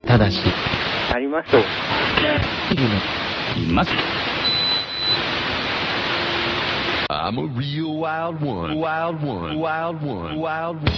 ただし、 あります。 いるの、います。 I'm a real wild one, wild one, wild one, wild one.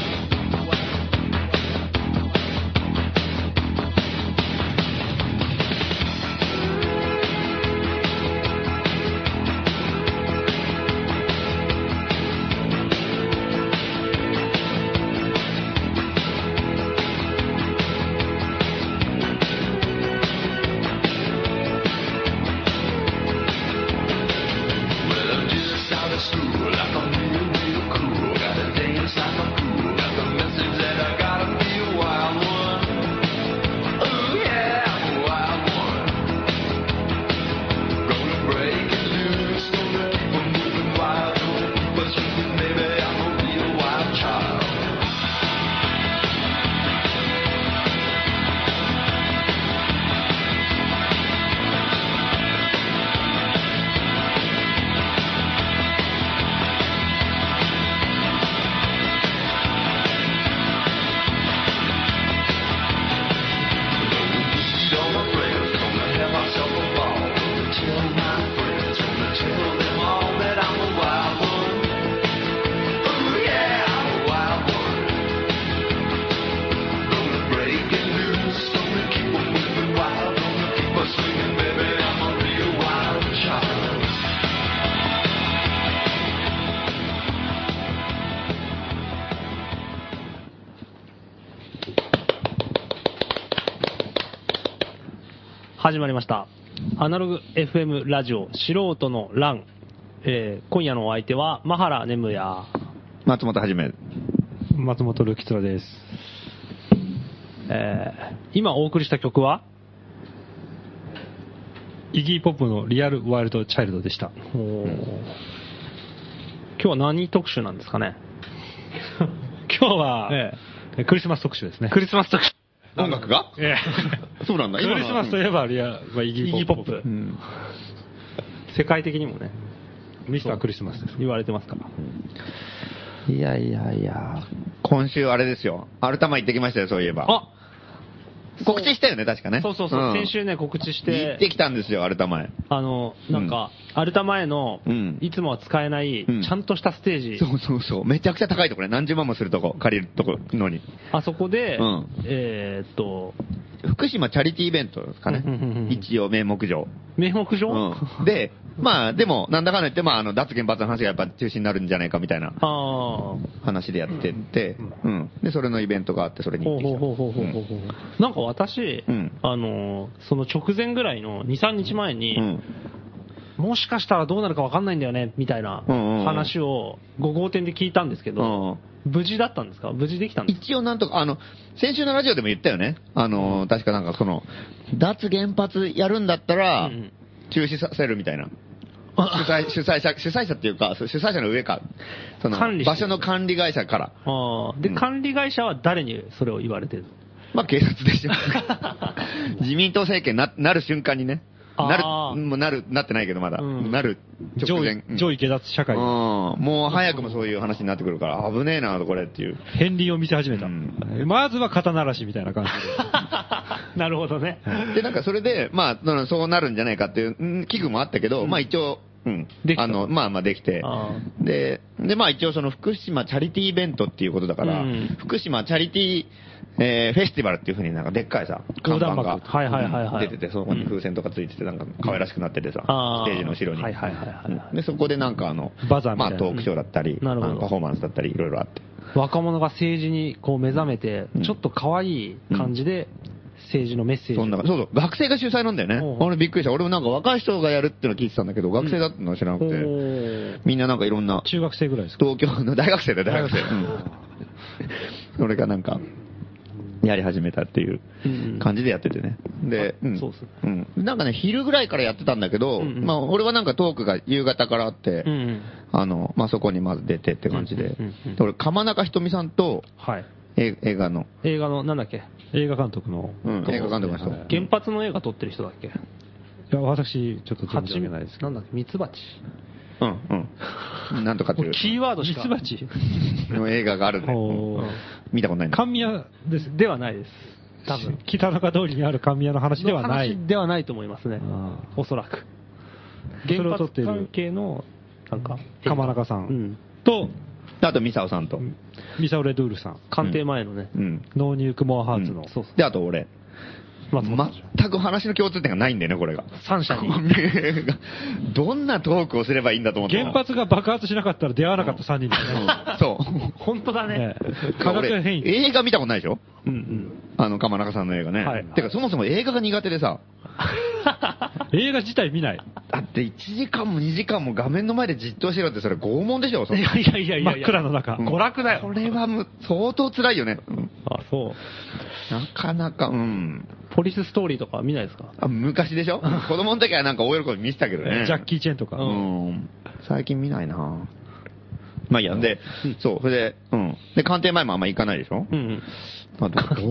始まりましたアナログ FM ラジオ素人の欄、今夜のお相手はマハラネムヤ松本はじめ松本るきつらです。 今お送りした曲はイギーポップのリアルワイルドチャイルドでした。 今日は何特集なんですかね。 今日は、クリスマス特集ですね。 クリスマス特集。 音楽がそうなんだ。 クリスマスといえばイギーポップ、 世界的にもねミスタークリスマスです言われてますから、 いやいやいや、今週あれですよ、アルタマ行ってきましたよ。そういえば告知したよね、確かね。 そう、先週ね告知して行ってきたんですよ、アルタ前。 なんか、アルタ前の、いつもは使えない、ちゃんとしたステージ。 そう、めちゃくちゃ高いところね、何十万もするとこ、借りるとこのに。 あそこで、 福島チャリティーイベントですかね。一応、名目上。 名目上、 で、まあ、でも、なんだかんだ言って、まあ、脱原発の話がやっぱ中止になるんじゃないかみたいな話でやってて、で、それのイベントがあって、それに行ってきた。 なんか私、その直前ぐらいの2、3日前に、もしかしたらどうなるか分かんないんだよね、みたいな話を5号店で聞いたんですけど、無事だったんですか？無事できたんですか？ 一応なんとか、先週のラジオでも言ったよね。確かなんか脱原発やるんだったら、中止させるみたいな。主催者っていうか、主催者の上か。場所の管理会社から。 で、管理会社は誰にそれを言われてる？ まあ、警察でしょ。自民党政権なる瞬間にね。なってないけどまだ。なる直前。 上位下脱社会。 もう早くもそういう話になってくるから、危ねえな、これっていう。 片鱗を見せ始めた。まずは肩慣らしみたいな感じで。なるほどね。 で、なんかそれで、まあ、そうなるんじゃないかっていう危惧もあったけど、まあ一応、まあできて。で、まあ一応その福島チャリティーイベントっていうことだから、福島チャリティー、フェスティバルっていう風になんかでっかいさ、看板が出てて、そこに風船とかついてて、なんか可愛らしくなっててさ、ステージの後ろに。で、そこでなんかバザーみたいな、 まあトークショーだったり、パフォーマンスだったり、いろいろあって。 若者が政治にこう目覚めて、ちょっと可愛い感じで、政治のメッセージ。 そう、学生が主催なんだよね。俺びっくりした。俺もなんか若い人がやるっての聞いてたんだけど、学生だってのは知らなくて、みんななんかいろんな。 中学生ぐらいですか？ 東京の大学生だよ、大学生。それがなんか、やり始めたっていう感じでやっててね。で、なんかね、昼ぐらいからやってたんだけど、まあ俺はなんかトークが夕方からあって、まあそこにまず出てって感じで、俺、鎌中ひとみさんと、映画の、 なんだっけ？ 映画監督の。 映画監督の人。 原発の映画撮ってる人だっけ？ いや、私、ちょっと存じ上げないですけど。 なんだっけ？ミツバチ。 なんとかっていう。 キーワードしか。 ミツバチの映画があるね。見たことないんだ。 神谷です。 ではないです。 多分。 北中通りにある神谷の話ではない。 話ではないと思いますね。おそらく。原発関係の、なんか、 鎌中さんと、 あとミサオさんと。 ミサオレドゥールさん。 官邸前のね。 ノーニュークモアハーツの。 で、あと俺。全く話の共通点がないんだよね、これが。 三者に。 どんなトークをすればいいんだと思って。 原発が爆発しなかったら出会わなかった3人だね。 そう。 本当だね。 化学変異。 映画見たことないでしょ？鎌中さんの映画ね。てか、そもそも映画が苦手でさ。 映画自体見ない。 だって1時間も2時間も画面の前でじっとしてろってそれ拷問でしょ？ いやいや。 真っ暗の中。 娯楽だよ。 これは相当辛いよね。 あ、そう。 なかなか、 ポリスストーリーとか見ないですか？ 昔でしょ？子供の時はなんか大喜び見せたけどね。 ジャッキー・チェンとか。 最近見ないな。まあいいや、で、そう、それで、で、官邸前もあんま行かないでしょ？どう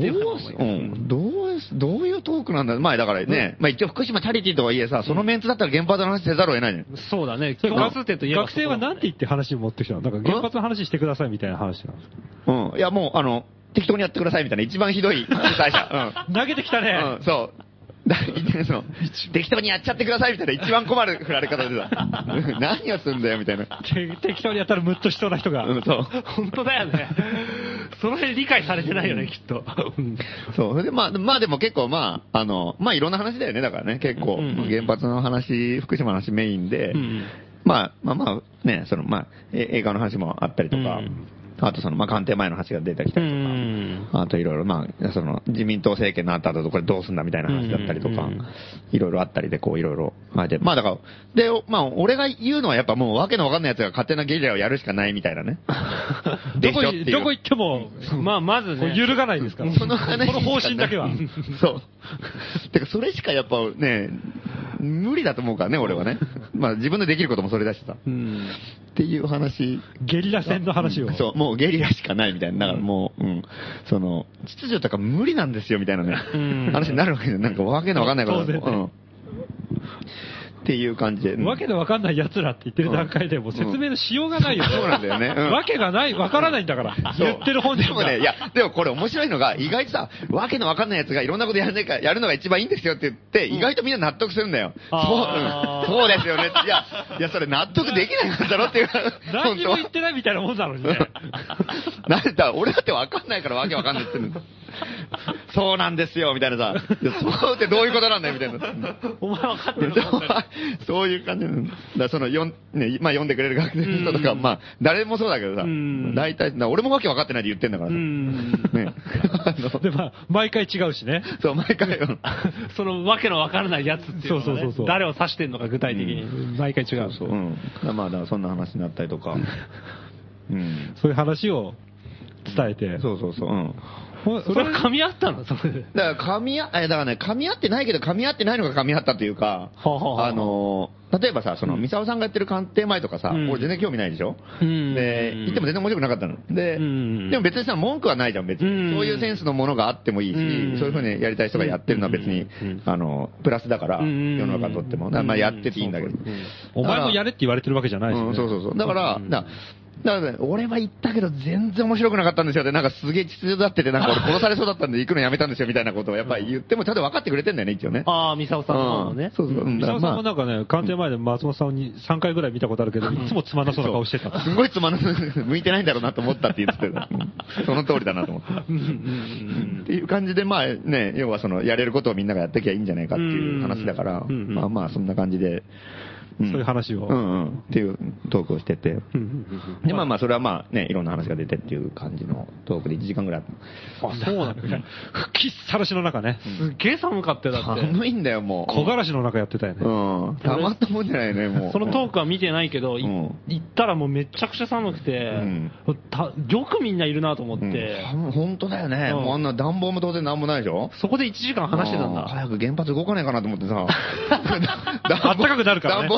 いうトークなんだ。まあだからね、まあ一応福島チャリティーとはいえさ、そのメンツだったら原発の話せざるを得ないね。 そうだね。共通点といえば。 学生は何て言って話を持ってきたの？なんか原発の話してくださいみたいな話なんですか？いやもう適当にやってくださいみたいな一番ひどい主催者。 投げてきたね。 そう。適当にやっちゃってくださいみたいな一番困る振られ方でさ。何をするんだよみたいな。 適当にやったらムッとしそうな人が。 そう。 本当だよね。その辺理解されてないよね、きっと。 そう。で、まあでも結構まあいろんな話だよね、だからね、結構。原発の話、福島の話メインで、まあね、映画の話もあったりとか、あと官邸前の話が出てきたりとか、あといろいろ自民党政権のあった後これどうすんだみたいな話だったりとか、いろいろあったりでこういろいろ、まあだから、で、まあ俺が言うのはやっぱもうわけのわかんない奴が勝手なゲリラをやるしかないみたいなね。 どこ行っても、 まずね、 揺るがないですから。 その方針だけは。 そう。てかそれしかやっぱね、無理だと思うからね、俺はね。まあ自分でできることもそれだしさ。っていう話。 ゲリラ戦の話を。 そう、もうゲリラしかないみたいな。だからもう、秩序とか無理なんですよみたいなね、話になるわけで、なんかわけのわかんないことだっていう感じで。 わけのわかんない奴らって言ってる段階でもう説明のしようがないよ。 そうなんだよね。 わけがない、わからないんだから。言ってる本人が。 でもね、いや、でもこれ面白いのが、意外とさ、わけのわかんない奴がいろんなことやるのが一番いいんですよって言って、意外とみんな納得するんだよ。そうですよね。いや、それ納得できないんだろっていう。 何にも言ってないみたいなもんだろうね。 なんだ、俺だってわかんないからわけわかんないって言ってるそうなんですよ、みたいなさ。そうってどういうことなんだよ、みたいな。 お前わかってるそういう感じだ。まあ読んでくれる学生の人とか、まあ、誰もそうだけどさ、大体、俺もわけわかってないで言ってんだからさ。ね。 で、まあ、毎回違うしね。 そう、毎回。 そのわけのわからないやつっていうのはね、誰を指してんのか具体的に。 毎回違う。 そう。まあ、だからそんな話になったりとか。 そういう話を伝えて。 そう。 それは噛み合ったのそれで。 だから噛み合ってないけど噛み合ってないのが噛み合ったというか、例えばさ、ミサオさんがやってる官邸前とかさ、俺全然興味ないでしょ？で、行っても全然面白くなかったの。で、でも別にさ、文句はないじゃん、別に。そういうセンスのものがあってもいいし、そういうふうにやりたい人がやってるのは別に、プラスだから、世の中にとっても。まあやってていいんだけど。 お前もやれって言われてるわけじゃないしね。 そう。だから、俺は行ったけど全然面白くなかったんですよって、なんかすげえ秩序だってて、なんか俺殺されそうだったんで行くのやめたんですよみたいなことをやっぱり言ってもちゃんと分かってくれてんだよね、一応ね。 ああ、ミサオさんの方のね。 そう。 ミサオさんもなんかね、官邸前で松本さんに3回ぐらい見たことあるけど、いつもつまんなそうな顔してた。 すごいつまんなそう、向いてないんだろうなと思ったって言ってた。その通りだなと思って。っていう感じで、まあね、要はやれることをみんながやってきゃいいんじゃないかっていう話だから、まあそんな感じで。 そういう話を。 っていうトークをしてて。で、まあそれはまあね、いろんな話が出てっていう感じのトークで1時間ぐらいあった。 あ、そうなんだね。吹きさらしの中ね。 すっげえ寒かったよ、だって。 寒いんだよ、もう。 木枯らしの中やってたよね。 たまったもんじゃないね、もう。 そのトークは見てないけど、行ったらもうめちゃくちゃ寒くて、よくみんないるなと思って。 本当だよね。もうあんな暖房も当然なんもないでしょ？ そこで1時間話してたんだ。 早く原発動かないかなと思ってさ。 あったかくなるからね。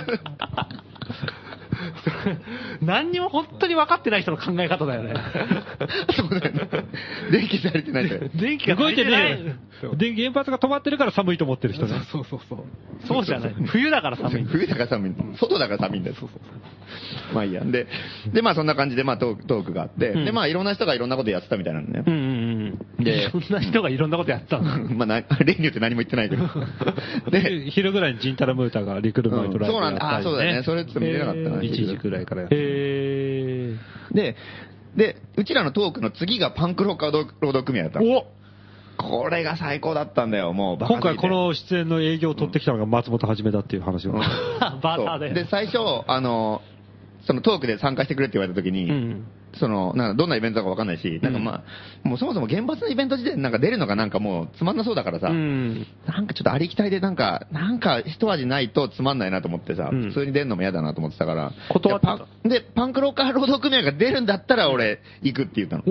何にも本当に分かってない人の考え方だよね。 そうだよね。電気されてないから。 電気が動いてない。 原発が止まってるから寒いと思ってる人ね。 そう。そうじゃない。冬だから寒い。 冬だから寒い。外だから寒いんだよ。 まあいいや。で、まあそんな感じで、まあトークがあって、で、まあいろんな人がいろんなことやってたみたいなんでね。 で、いろんな人がいろんなことやってたの。 まあ、例によって何も言ってないけど。 で、昼ぐらいにジンタラムータがリクルマイトライブそうなんだ。あ、そうだね。それちょっと見れなかったな。 1時くらいからやって。 で、うちらのトークの次がパンクロッカー労働組合だったの。おこれが最高だったんだよ、もうバカ。 今回この出演の営業を取ってきたのが松本はじめだっていう話を。 バカで。 で、最初、そのトークで参加してくれって言われた時に、どんなイベントかわかんないし、なんかまあ、もうそもそも原発のイベント時点でなんか出るのがなんかもうつまんなそうだからさ、なんかちょっとありきたりでなんか一味ないとつまんないなと思ってさ、普通に出るのも嫌だなと思ってたから、 断ったで、パンクロッカー労働組合が出るんだったら俺行くって言ったの。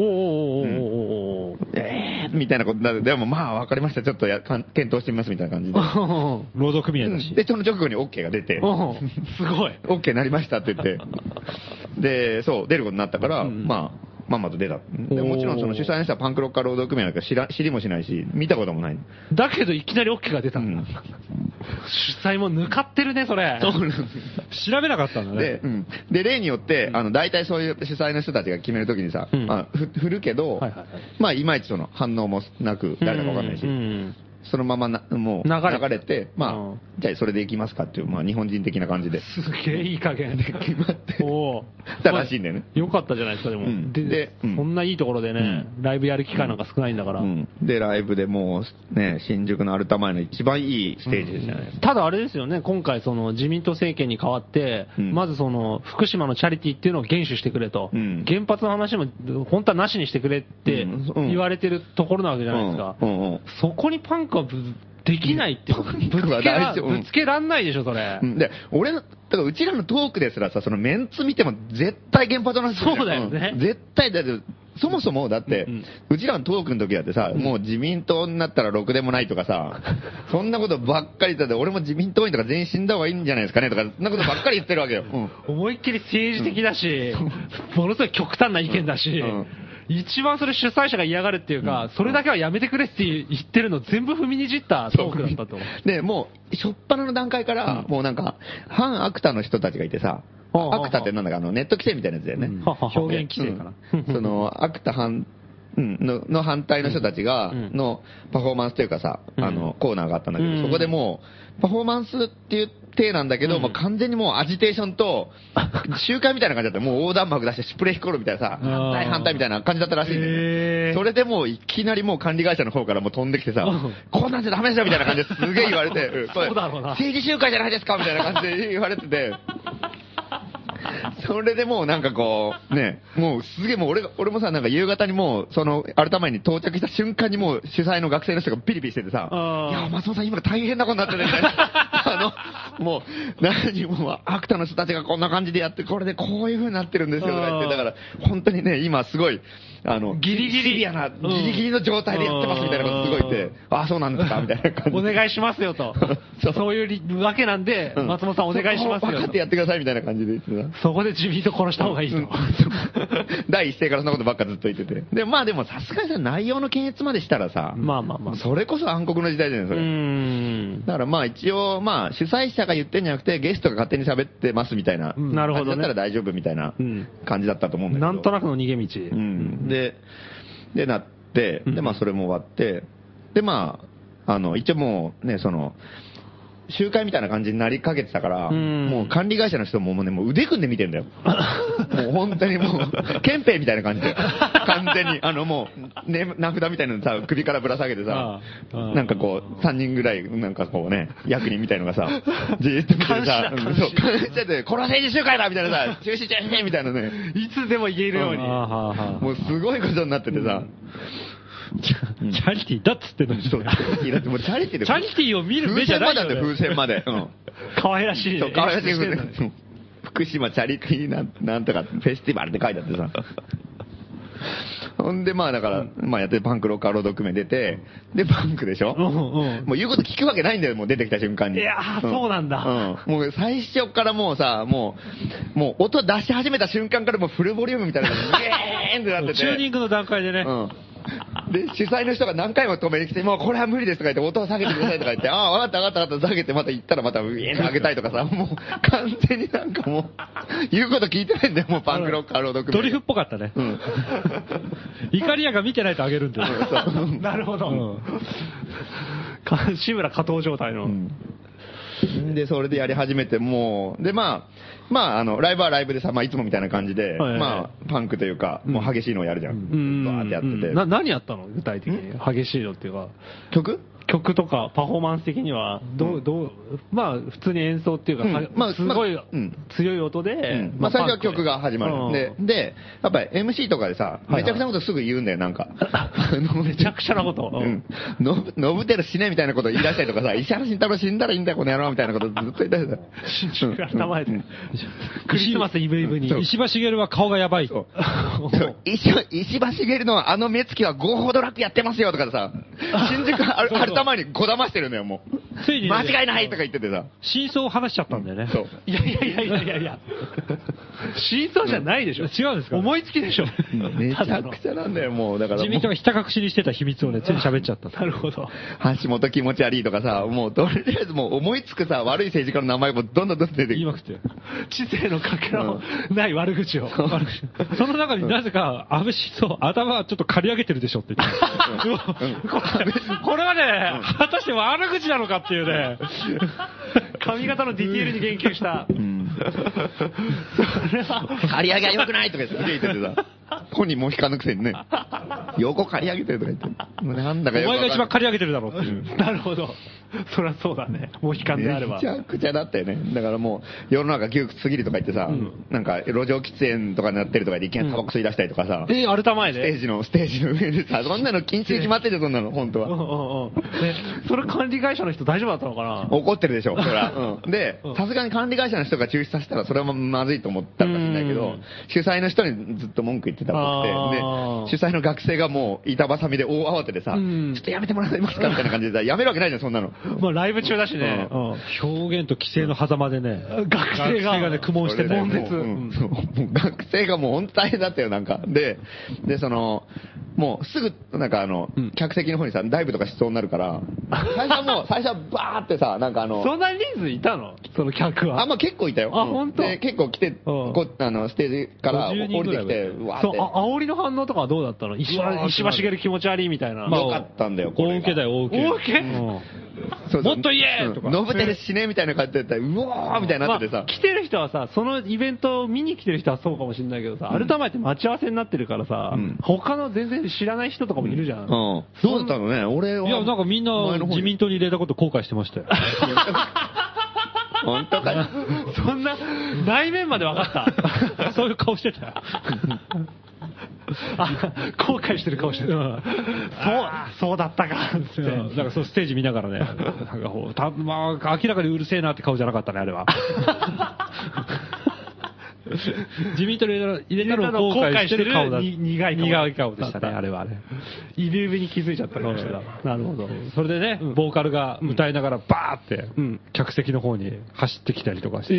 みたいなことでもまあわかりました、ちょっと検討してみますみたいな感じで。 労働組合だし。 で、その直後に OK が出て、 すごい。 OK になりましたって言って、で、そう、出ることになったから、まんまと出た。でもちろんその主催の人はパンクロッカー労働組合なんか知りもしないし、見たこともない。 だけどいきなり OK が出たんだ。主催も抜かってるね、それ。 調べなかったんだね。 で、例によって、大体そういう主催の人たちが決めるときにさ、振るけど、まあ、いまいちその反応もなく、誰だかわかんないし、そのままもう流れて、まあ、じゃあそれで行きますかっていう、まあ日本人的な感じで。 すげえいい加減で決まって。 たらしいんだよね。 よかったじゃないですか、でも。で、そんないいところでね、ライブやる機会なんか少ないんだから。 で、ライブでもうね、新宿のアルタ前の一番いいステージですよね。 ただあれですよね、今回その自民党政権に変わって、まずその福島のチャリティーっていうのを厳守してくれと。原発の話も本当はなしにしてくれって言われてるところなわけじゃないですか。そこにパンクはできないってぶつけらんないでしょ、それ。 で、だからうちらのトークですらさ、そのメンツ見ても絶対原発の話そうだよね。 絶対だって、そもそもだって、うちらのトークの時だってさ、もう自民党になったらろくでもないとかさ、そんなことばっかり言ってて、俺も自民党員とか全員死んだ方がいいんじゃないですかねとか、そんなことばっかり言ってるわけよ。 思いっきり政治的だし、ものすごい極端な意見だし、一番それ主催者が嫌がるっていうか、それだけはやめてくれって言ってるの全部踏みにじったトークだったと。 で、もう、初っ端の段階から、もうなんか、反アクタの人たちがいてさ、アクタってなんだかネット規制みたいなやつだよね。 表現規制かな。 その、アクタの反対の人たちが、のパフォーマンスというかさ、コーナーがあったんだけど、そこでもう、パフォーマンスっていう体なんだけど、もう完全にもうアジテーションと、集会みたいな感じだった。もう横断幕出してスプレーヒコールみたいなさ、反対みたいな感じだったらしいんだよね。それでもういきなりもう管理会社の方からもう飛んできてさ、こんなんじゃダメですよみたいな感じですげえ言われて、政治集会じゃないですかみたいな感じで言われてて、それでもうなんかこう、ね、もうすげえもう俺もさ、なんか夕方にもう、その、アルタ前に到着した瞬間にもう主催の学生の人がピリピリしててさ、いや、松本さん今大変なことになってるみたいな。もうアクタの人たちがこんな感じでやって、これでこういう風になってるんですよとか言って、だから、本当にね、今すごい、ギリギリの状態でやってますみたいなことすごい言って、あ、そうなんですかみたいな感じ。 お願いしますよと。そういうわけなんで、松本さんお願いしますよと。 分かってやってくださいみたいな感じで言ってた。 そこで自民党殺した方がいいと。 第一声からそんなことばっかずっと言ってて。で、まあでもさすがにさ、内容の検閲までしたらさ、それこそ暗黒の時代じゃない、それ。だからまあ一応、まあ主催者が言ってんじゃなくて、ゲストが勝手に喋ってますみたいな。 なるほど。 だったら大丈夫みたいな感じだったと思うんだけど。 なんとなくの逃げ道。 で、なって、で、まあそれも終わって、で、まあ、一応もうね、その、集会みたいな感じになりかけてたから、もう管理会社の人もね、もう腕組んで見てんだよ。もう本当にもう、憲兵みたいな感じで、完全に、もう、ね、名札みたいなのさ、首からぶら下げてさ、なんかこう、3人ぐらい、なんかこうね、役人みたいのがさ、じーっと見てさ、そう、感謝で、これは政治集会だみたいなさ、中止中止みたいなね。 いつでも言えるように。 もうすごいことになっててさ、 チャリティーだっつってのに。 そう、チャリティーだってもうチャリティーで。 チャリティーを見る目じゃないよね。 風船まで。 可愛らしい。 そう、可愛らしい風船。福島チャリティーなんとかフェスティバルって書いてあってさ。ほんでまあだから、まあやってパンクロッカー労働組合出て、でパンクでしょもう言うこと聞くわけないんだよ、もう出てきた瞬間に。 いやー、そうなんだ。 もう最初からもうさ、もう音出し始めた瞬間からもうフルボリュームみたいな感じで、ゲーンってなってて。 チューニングの段階でね。 で、主催の人が何回も止めに来て、もうこれは無理ですとか言って、音を下げてくださいとか言って、ああ、わかったわかった下げて、また行ったらまたウィーンと上げたいとかさ、もう完全になんかもう、言うこと聞いてないんだよ、もうパンクロッカーロード組。 ドリフっぽかったね。うん。イカリアが見てないとあげるんだよ。 なるほど。志村加藤状態の。 で、それでやり始めて、もう、で、まあ、ライブはライブでさ、まあ、いつもみたいな感じで、まあ、パンクというか、もう激しいのをやるじゃん。バーってやってて。 何やったの具体的に。激しいのっていうか。曲とかパフォーマンス的には、まあ、普通に演奏っていうか、まあ、すごい強い音で、 まあ、最初は曲が始まる。で、やっぱり MC とかでさ、めちゃくちゃなことすぐ言うんだよ、なんか。 めちゃくちゃなこと。 ノブテル死ねみたいなこと言い出したりとかさ、石原慎太郎死んだらいいんだよ、この野郎みたいなことずっと言ったりさ。 新宿改まえて。クリスマスイブイブに。 石破茂は顔がやばい。 石破茂のあの目つきは5ほど楽やってますよとかさ、新宿頭にこだましてるのよ、もう。間違いないとか言っててさ。 真相を話しちゃったんだよね。そう。 いや。真相じゃないでしょ。 違うんですか？ 思いつきでしょ。 めちゃくちゃなんだよ、もう。だから。 自民党がひた隠しにしてた秘密をね、ついに喋っちゃった。 なるほど。 橋本気持ち悪いとかさ、もうとりあえずもう思いつくさ、悪い政治家の名前もどんどん出てくる。 言いまくって。 知性のかけらもない悪口を。 その中になぜか、安倍晋三、頭はちょっと刈り上げてるでしょって言って。これはね、果たして悪口なのかっていうね、 髪型のディティールに言及した。 刈り上げは良くないとか言っててさ、本人も引かぬくせにね、横刈り上げてるとか言って、なんだかお前が一番刈り上げてるだろっていう。 なるほど。そりゃそうだね。もう引かんであれば。 めちゃくちゃだったよね。だからもう、世の中窮屈すぎるとか言ってさ、なんか路上喫煙とかになってるとかでいきなりタバコ吸い出したりとかさ。 アルタ前でステージの上でさ、そんなの禁止で決まってて、そんなの、本当は。 それ管理会社の人大丈夫だったのかな？ 怒ってるでしょ、そりゃ。で、さすがに管理会社の人が中止させたら、それはまずいと思ったかもしれないけど、主催の人にずっと文句言ってたっぽくて、で、主催の学生がもう板挟みで大慌てでさ、ちょっとやめてもらえますかみたいな感じでさ、やめるわけないじゃん、そんなの。 まあライブ中だしね。 表現と規制の狭間でね、 学生がね、 苦悶してたよ。 学生がもう本当大変だったよ、なんか。で、もうすぐ、なんか客席の方にさ、ダイブとかしそうになるから、最初はバーってさ、なんかそんなに人数いたの？その客は。 まあ結構いたよ。 あ、本当？ で、結構来て、ステージから降りてきて、わーって。 煽りの反応とかはどうだったの？石破茂気持ち悪いみたいな。 まあ、よかったんだよ、これ。 大受けだよ、大受け。 大受け？ もっと言えとか。 ノブテル死ねみたいな感じで言ったら、うわーみたいになっててさ。 来てる人はさ、そのイベントを見に来てる人はそうかもしれないけどさ、アルタ前って待ち合わせになってるからさ、他の全然知らない人とかもいるじゃん。 どうだったのね、俺は。 いや、なんかみんな自民党に入れたこと後悔してましたよ。 本当かよ。 そんな、内面まで分かった。 そういう顔してたよ。 後悔してる顔してる。そうだったか。 だからそのステージ見ながらね、まあ、明らかにうるせえなって顔じゃなかったね、あれは。自民党に入れたのを後悔してる顔だ。 苦い顔でしたね、あれはね。 イベイベに気づいちゃったかもしれない。なるほど。 それでね、ボーカルが歌いながらバーって客席の方に走ってきたりとかして。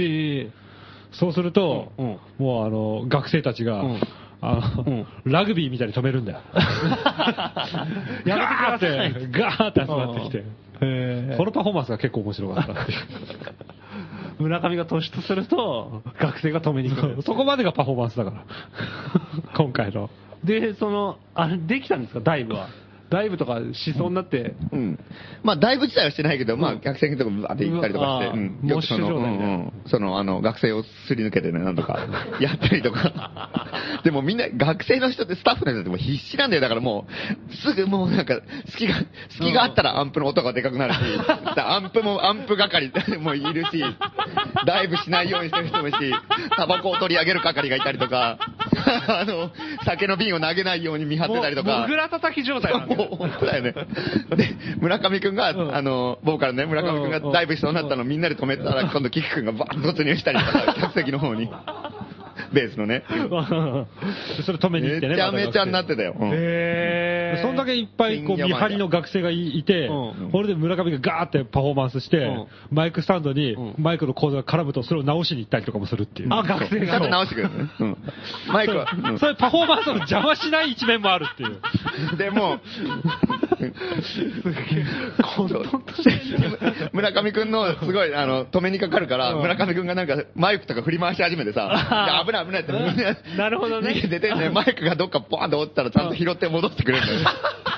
そうすると、もう学生たちが、ラグビーみたいに止めるんだよ。 やめてください。 ガーって集まってきて。このパフォーマンスが結構面白かったっていう。 村上が突出すると、学生が止めに来る。 そこまでがパフォーマンスだから。今回の。 で、できたんですか、ダイブは。ダイブとかしそうになって。 まあ、ダイブ自体はしてないけど、まあ、客席のとこバーって行ったりとかして、よく学生をすり抜けてね、なんとか、やったりとか。でもみんな、学生の人ってスタッフの人ってもう必死なんだよ。だからもう、すぐもうなんか、隙があったらアンプの音がでかくなるし、アンプ係もいるし、ダイブしないようにしてる人もいるし、タバコを取り上げる係がいたりとか、酒の瓶を投げないように見張ってたりとか。 もぐら叩き状態なんだよ。 本当だよね。で、村上くんが、ボーカルね、村上くんがダイブしそうになったのをみんなで止めたら、今度キキくんがバーッと突入したりとか、客席の方に。 ベースのね。 それ止めに行ってね。 めちゃめちゃになってたよ。そんだけいっぱいこう見張りの学生がいて、これで村上がガーってパフォーマンスして、マイクスタンドにマイクのコードが絡むとそれを直しに行ったりとかもするっていう。 あ、学生が。 ちゃんと直してくれるね。マイクは。 そういうパフォーマンスの邪魔しない一面もあるっていう。 でも、村上くんのすごい止めにかかるから、村上くんがなんかマイクとか振り回し始めてさ、危ない危ないってみんななるほどね。 逃げててね、マイクがどっかポーンと落ちたらちゃんと拾って戻ってくれるんだよ。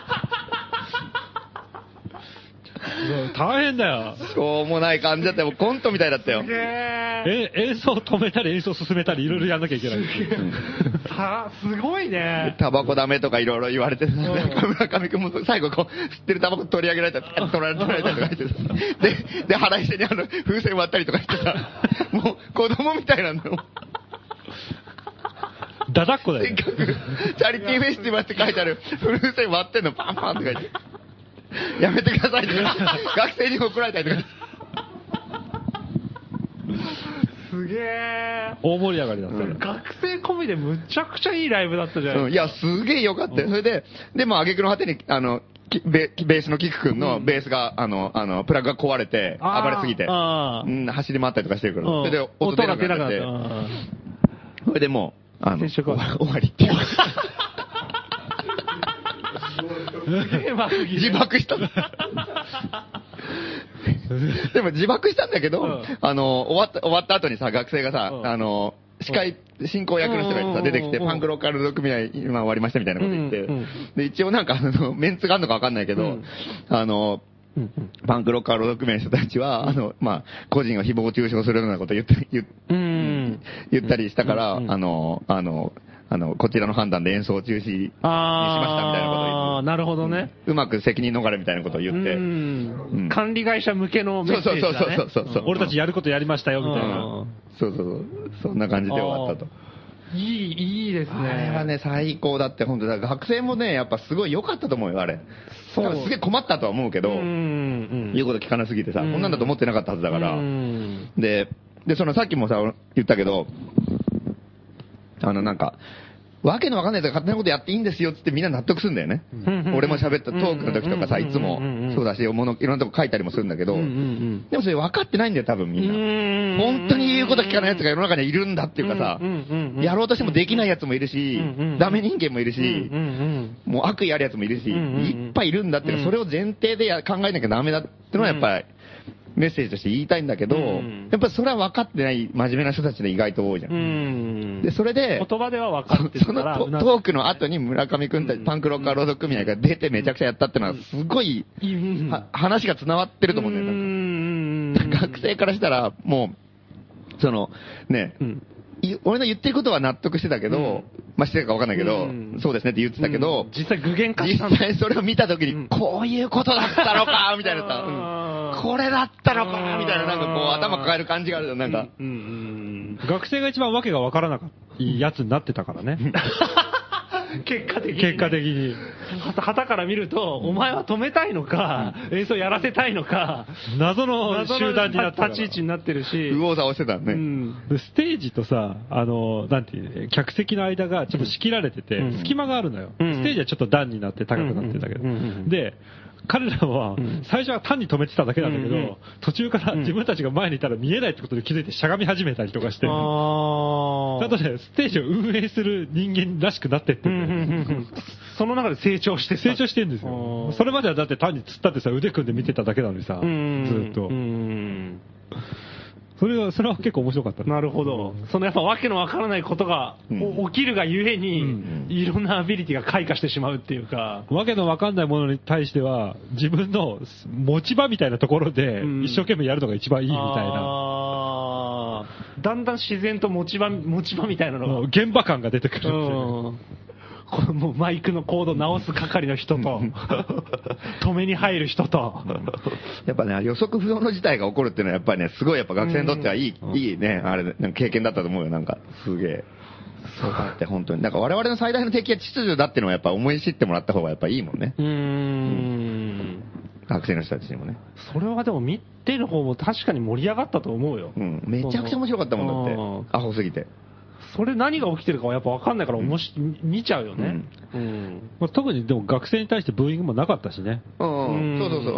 大変だよ。 しょうもない感じだったよ。コントみたいだったよ。 演奏止めたり演奏進めたりいろいろやんなきゃいけない。 すごいね。 タバコダメとかいろいろ言われて、村上くんも最後こう、吸ってるタバコ取り上げられたら、取られたりとかしてで、腹いせに風船割ったりとかしてさ、もう子供みたいなんだよ。 ダダっ子だよ。 せっかく、チャリティーフェスティバルって書いてある風船割ってんのパンパンって書いて。やめてくださいとか、学生に怒られたりとか。 すげえ。 大盛り上がりだった、 学生込みでむちゃくちゃいいライブだったじゃないいや、すげえよかったよ。それで、も挙句の果てに、ベースのキク君のベースが、プラグが壊れて、暴れすぎて、走り回ったりとかしてるから、それで音出なくなって、それでもう、終わりっていう。自爆したの。でも自爆したんだけど、終わった後にさ、学生がさ、進行役の人がさ、出てきて、パンクロック労働組合今終わりましたみたいなこと言って、で、一応なんかメンツがあるのかわかんないけど、パンクロック労働組合の人たちは、個人を誹謗中傷するようなことを言ったりしたから、こちらの判断で演奏中止にしましたみたいなことを言って。 なるほどね。 うまく責任逃れみたいなことを言って。 管理会社向けのメッセージだね。 そう。 俺たちやることやりましたよ、みたいな。 そう。そんな感じで終わったと。 いいですね。 あれはね、最高だって、本当だ。学生もね、やっぱすごい良かったと思うよ、あれ。すげえ困ったとは思うけど、言うこと聞かなすぎてさ、こんなんだと思ってなかったはずだから。で、さっきもさ、言ったけど、なんか、わけのわかんないやつが勝手なことやっていいんですよってみんな納得するんだよね。俺も喋ったトークの時とかさ、いつもそうだし、いろんなとこ書いたりもするんだけど、でもそれ分かってないんだよ、多分みんな。本当に言うこと聞かないやつが世の中にはいるんだっていうかさ、やろうとしてもできないやつもいるし、ダメ人間もいるし、もう悪意あるやつもいるし、いっぱいいるんだっていうか、それを前提で考えなきゃダメだっていうのはやっぱり、メッセージとして言いたいんだけど、やっぱりそれは分かってない真面目な人たちで意外と多いじゃん。で、それで、 言葉では分かってるから。 そのトークの後に村上くんたち、パンクロッカー労働組合が出てめちゃくちゃやったってのは、すごい、話が繋がってると思うんだよ。学生からしたら、もう、俺の言ってることは納得してたけど、してたか分かんないけど、そうですねって言ってたけど、 実際具現化した実際それを見たときに、こういうことだったのかみたいなさ、これだったのかみたいな、なんかこう頭抱える感じがあるよ、なんか。 学生が一番わけが分からなかったやつになってたからね。 結果的に。 旗から見ると、お前は止めたいのか、演奏やらせたいのか、 謎の集団になってる。立ち位置になってるし。 右往左往してたね。 ステージとさ、なんていう、客席の間がちょっと仕切られてて、隙間があるのよ。ステージはちょっと段になって高くなってるんだけど。で、彼らは、最初は単に止めてただけなんだけど、途中から自分たちが前にいたら見えないってことで気づいてしゃがみ始めたりとかして、ちゃんとね、ステージを運営する人間らしくなってってその中で成長してるんですよ。それまではだって単に突っ立ってさ、腕組んで見てただけなのにさ、ずっと。それは結構面白かった。 なるほど。やっぱわけのわからないことが起きるがゆえに、いろんなアビリティが開花してしまうっていうか。 わけのわかんないものに対しては、自分の持ち場みたいなところで一生懸命やるのが一番いいみたいな。 だんだん自然と持ち場みたいなのが。 現場感が出てくるっていう。 もうマイクのコード直す係の人と、止めに入る人と。 やっぱね、予測不能の事態が起こるっていうのはやっぱりね、すごいやっぱ学生にとってはいいね、あれ、経験だったと思うよ、なんか、すげえ。そうだって本当に。なんか我々の最大の敵は秩序だっていうのはやっぱ思い知ってもらった方がやっぱいいもんね。学生の人たちにもね。 それはでも見てる方も確かに盛り上がったと思うよ。 めちゃくちゃ面白かったもんだって。アホすぎて。 それ何が起きてるかはやっぱ分かんないから見ちゃうよね。 特にでも学生に対してブーイングもなかったしね。 そうそうそう。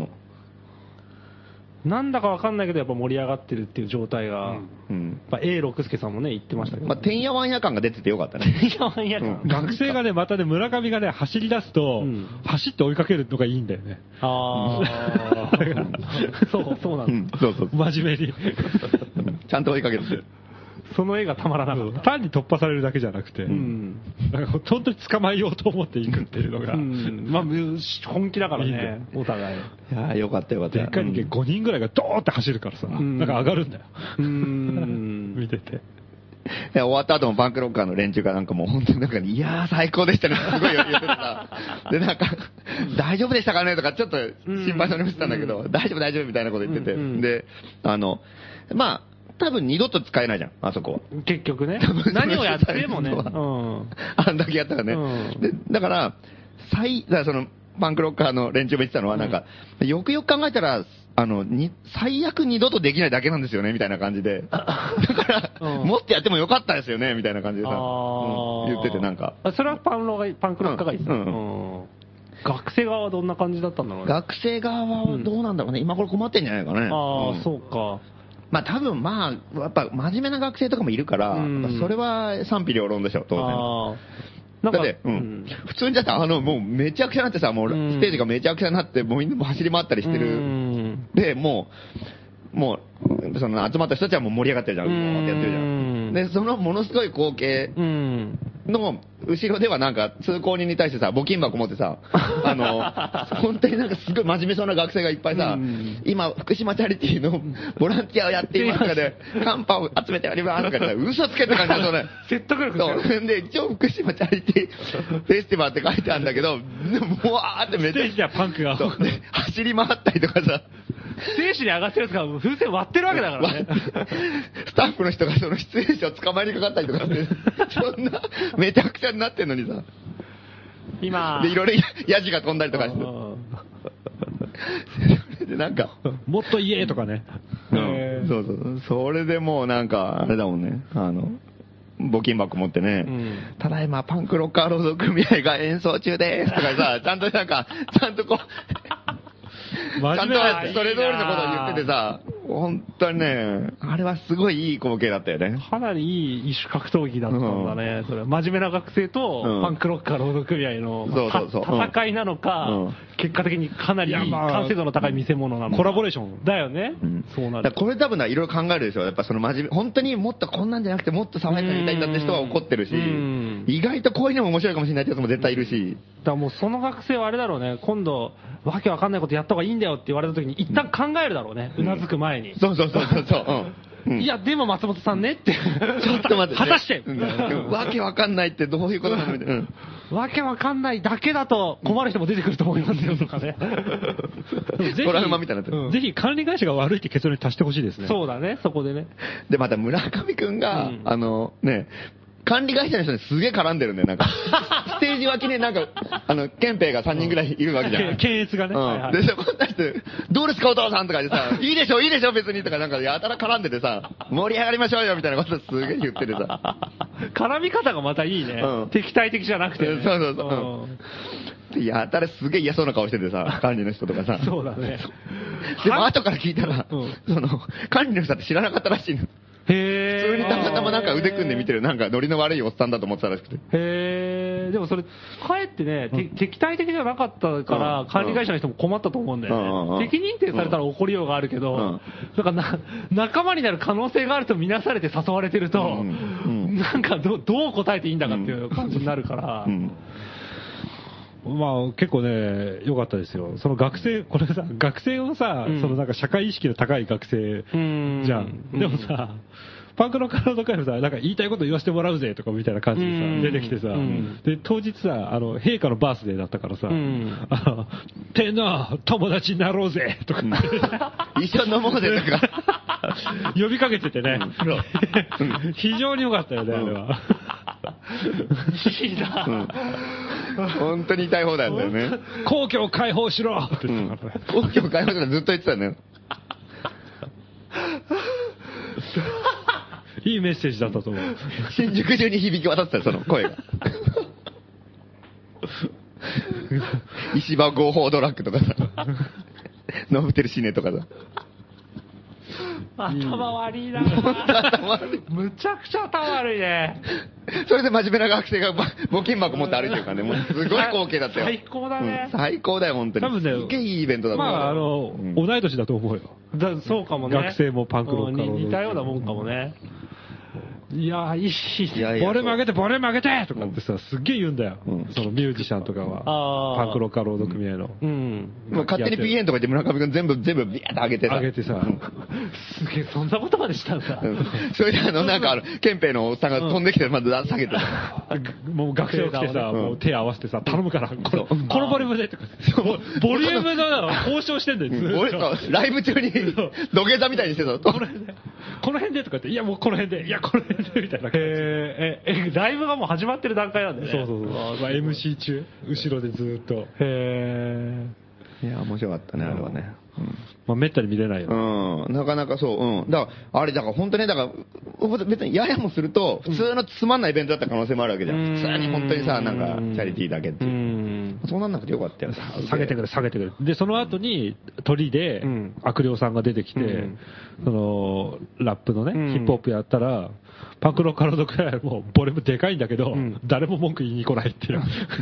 なんだか分かんないけどやっぱ盛り上がってるっていう状態が、やっぱ A 六輔さんもね言ってましたけど。 てんやわんや感が出ててよかったね。 てんやわんや感。 学生がね、またね、村上がね、走り出すと、走って追いかけるのがいいんだよね。 ああ。そうなんだ。 そうそう。 真面目に。 ちゃんと追いかけてる。 その絵がたまらなかった。 単に突破されるだけじゃなくて、なんか本当に捕まえようと思っていくっていうのが、 まあ本気だからね、お互い。 いやよかったよかった。 でっかい人間5人ぐらいがドーって走るからさ、なんか上がるんだよ。見てて。 終わった後もバンクロッカーの連中がなんかもう本当になんか、いやー最高でしたね、すごい言っててさ。でなんか、大丈夫でしたかねとかちょっと心配そうにしてたんだけど、大丈夫大丈夫みたいなこと言ってて。で、まあ、多分二度と使えないじゃん、あそこは。 結局ね。何をやってもね。 あんだけやったらね。だから、その、バンクロッカーの連中も言ってたのは、なんか、よくよく考えたら、最悪二度とできないだけなんですよね、みたいな感じで。だから、もっとやってもよかったですよね、みたいな感じでさ、言っててなんか。 それはパンクロッカーがいいですね。学生側はどんな感じだったんだろうね。 学生側はどうなんだろうね。今これ困ってんじゃないかね。 ああ、そうか。 まあ多分まあ、やっぱ真面目な学生とかもいるから、それは賛否両論でしょ、当然。だって、普通にだってもうめちゃくちゃになってさ、もうステージがめちゃくちゃになって、もうみんなも走り回ったりしてる。で、もう、その集まった人たちはもう盛り上がってるじゃん。もうってやってるじゃん。で、そのものすごい光景の後ろではなんか通行人に対してさ、募金箱持ってさ、本当になんかすごい真面目そうな学生がいっぱいさ、今福島チャリティーのボランティアをやっていますとかで、カンパを集めてやりますとかで、嘘つけって感じだそうね。 説得力そうで、一応福島チャリティーフェスティバルって書いてあるんだけど、もうわーってめっちゃ。 ステージはパンクが。 走り回ったりとかさ、 ステージに上がってるやつが風船割ってるわけだからね。 スタッフの人がその出演者を捕まえにかかったりとかして、そんな、めちゃくちゃになってんのにさ。 今。 で、いろいろヤジが飛んだりとかして。で、なんか。 もっと言えとかね。 そうそう。それでもうなんか、あれだもんね。募金箱持ってね、ただいまパンクロッカー労働組合が演奏中ですとかさ、ちゃんとなんか、ちゃんとこう、ちゃんとそれ通りのことを言っててさ、本当にね、あれはすごいいい光景だったよね。 かなりいい異種格闘技だったんだね。それ真面目な学生とパンクロッカー労働組合の戦いなのか、結果的にかなり完成度の高い見せ物なのか。 コラボレーションだよね。そうなる。 これ多分いろいろ考えるでしょ。やっぱその真面目、本当にもっとこんなんじゃなくてもっと爽やかにやりたいんだって人は怒ってるし、意外とこういうのも面白いかもしれないってやつも絶対いるし。 だからもうその学生はあれだろうね、今度、わけわかんないことやった方がいいんだよって言われた時に一旦考えるだろうね、うなずく前に。 そうそうそうそう。 いや、でも松本さんねって。ちょっと待って。 果たしてわけわかんないってどういうことなのみたいな。 わけわかんないだけだと困る人も出てくると思いますよとかね。 トラウマみたいになってる。 ぜひ管理会社が悪いって結論に達してほしいですね。 そうだね、そこでね。 で、また村上くんが、ね、管理会社の人にすげえ絡んでるんだよ、なんか。ステージ脇になんか、憲兵が3人ぐらいいるわけじゃん。 検閲がね。 で、そこに対して、どうですかお父さんとかでさ、いいでしょ別にとかなんかやたら絡んでてさ、盛り上がりましょうよみたいなことすげえ言っててさ。 絡み方がまたいいね。敵対的じゃなくて。 そうそうそう。やたらすげえ嫌そうな顔しててさ、管理の人とかさ。 そうだね。 でも後から聞いたら、管理の人って知らなかったらしいの。普通にたまたまなんか腕組んで見てるなんかノリの悪いおっさんだと思ってたらしくて。 でもそれ、かえってね、敵対的じゃなかったから、管理会社の人も困ったと思うんだよね。敵認定されたら怒りようがあるけど、なんか仲間になる可能性があるとみなされて誘われてると、なんかどう答えていいんだかっていう感じになるから。 まあ結構ね、良かったですよ。その学生、これさ、学生をさ、そのなんか社会意識の高い学生じゃん。でもさ、パンクのカード会もさ、なんか言いたいこと言わせてもらうぜとかみたいな感じでさ、出てきてさ、で、当日さ、陛下のバースデーだったからさ、天皇、友達になろうぜとか、 一緒に飲もうぜとか、 呼びかけててね、非常に良かったよね、あれは。 いいな本当に痛い放題だよね。 皇居を解放しろって言ってたから。 皇居を解放しろってずっと言ってたよね。 いいメッセージだったと思う。 新宿中に響き渡ってたよ、その声が。石破合法ドラッグとかさ、ノブテルシネとかさ。 頭悪いな。むちゃくちゃ頭悪いね。 それで真面目な学生が募金箱持って歩いてるからね、もうすごい光景だったよ。 最高だね。 最高だよ、本当に。 多分ね、 すげえいいイベントだった。 まあ、同い年だと思うよ。 そうかもね。 学生もパンクロッカー似たようなもんかもね。いやいいボリューム上げてボリューム上げてとかってさ、すっげえ言うんだよ。そのミュージシャンとかは。パンクロッカー労働組合の。 もう勝手に PN とか言って村上くん全部ビヤーって上げてさ。 上げてさ。 すげえ、そんなことまでしたんだ。 それでなんか憲兵のおっさんが飛んできてまず下げてさ。 もう学生を来てさ、もう手合わせてさ、頼むから、このボリュームでとか。ボリュームの交渉してんだよ、ずっと。 ライブ中に土下座みたいにしてた。 この辺でとかって、いやもうこの辺で、いやこの辺でみたいな。 ライブがもう始まってる段階なんだよね。 そう。まあ MC 中、後ろでずっと。 いや、面白かったね、あれはね。 まあ、めったに見れないよ。 なかなかそう。だから、あれ、だから本当ね、だから、別にややもすると、普通のつまんないイベントだった可能性もあるわけじゃん。普通に本当にさ、なんか、チャリティーだけっていう。そうなんなくてよかったよ。 下げてくる。で、その後に、鳥で、悪霊さんが出てきて、その、ラップのね、ヒップホップやったら、パンクロッカーロードくらいもうボリュームでかいんだけど、誰も文句言いに来ないっていう。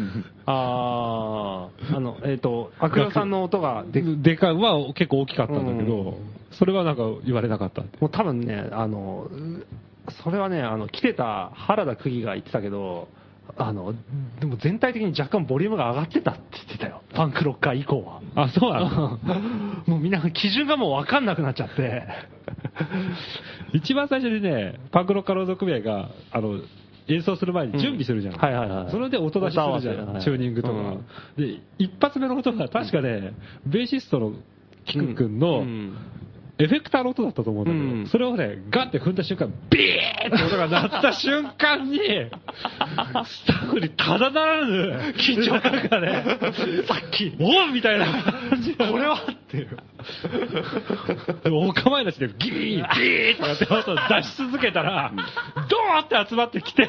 悪霊さんの音がでかいは結構大きかったんだけど、それはなんか言われなかった。 もう多分ね、それはね、来てた原田釘が言ってたけど、でも全体的に若干ボリュームが上がってたって言ってたよ。パンクロッカー以降は。 あ、そうなのもうみんな基準がもう分かんなくなっちゃって。 一番最初にね、パンクロッカー労働組合が、演奏する前に準備するじゃん。それで音出しするじゃん。チューニングとか。で、一発目の音が確かね、ベーシストのキク君の、エフェクターの音だったと思うんだけど、それをね、ガッて踏んだ瞬間、ビーって音が鳴った瞬間に、スタッフにただならぬ緊張感がね、さっき、おみたいな感じで、これはっていう。でもお構いなしでギー、ビーってやって音を出し続けたら、ドーって集まってきて、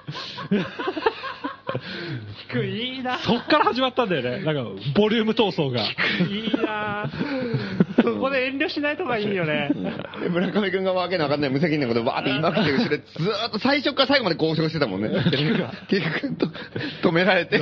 低い、いいな。 そっから始まったんだよね。なんか、ボリューム闘争が。 いいな。そこで遠慮しないとかいいよね。 村上くんがわけのわかんない無責任なことをバーって言いまくって後ろでずーっと最初から最後まで交渉してたもんね。結局止められて。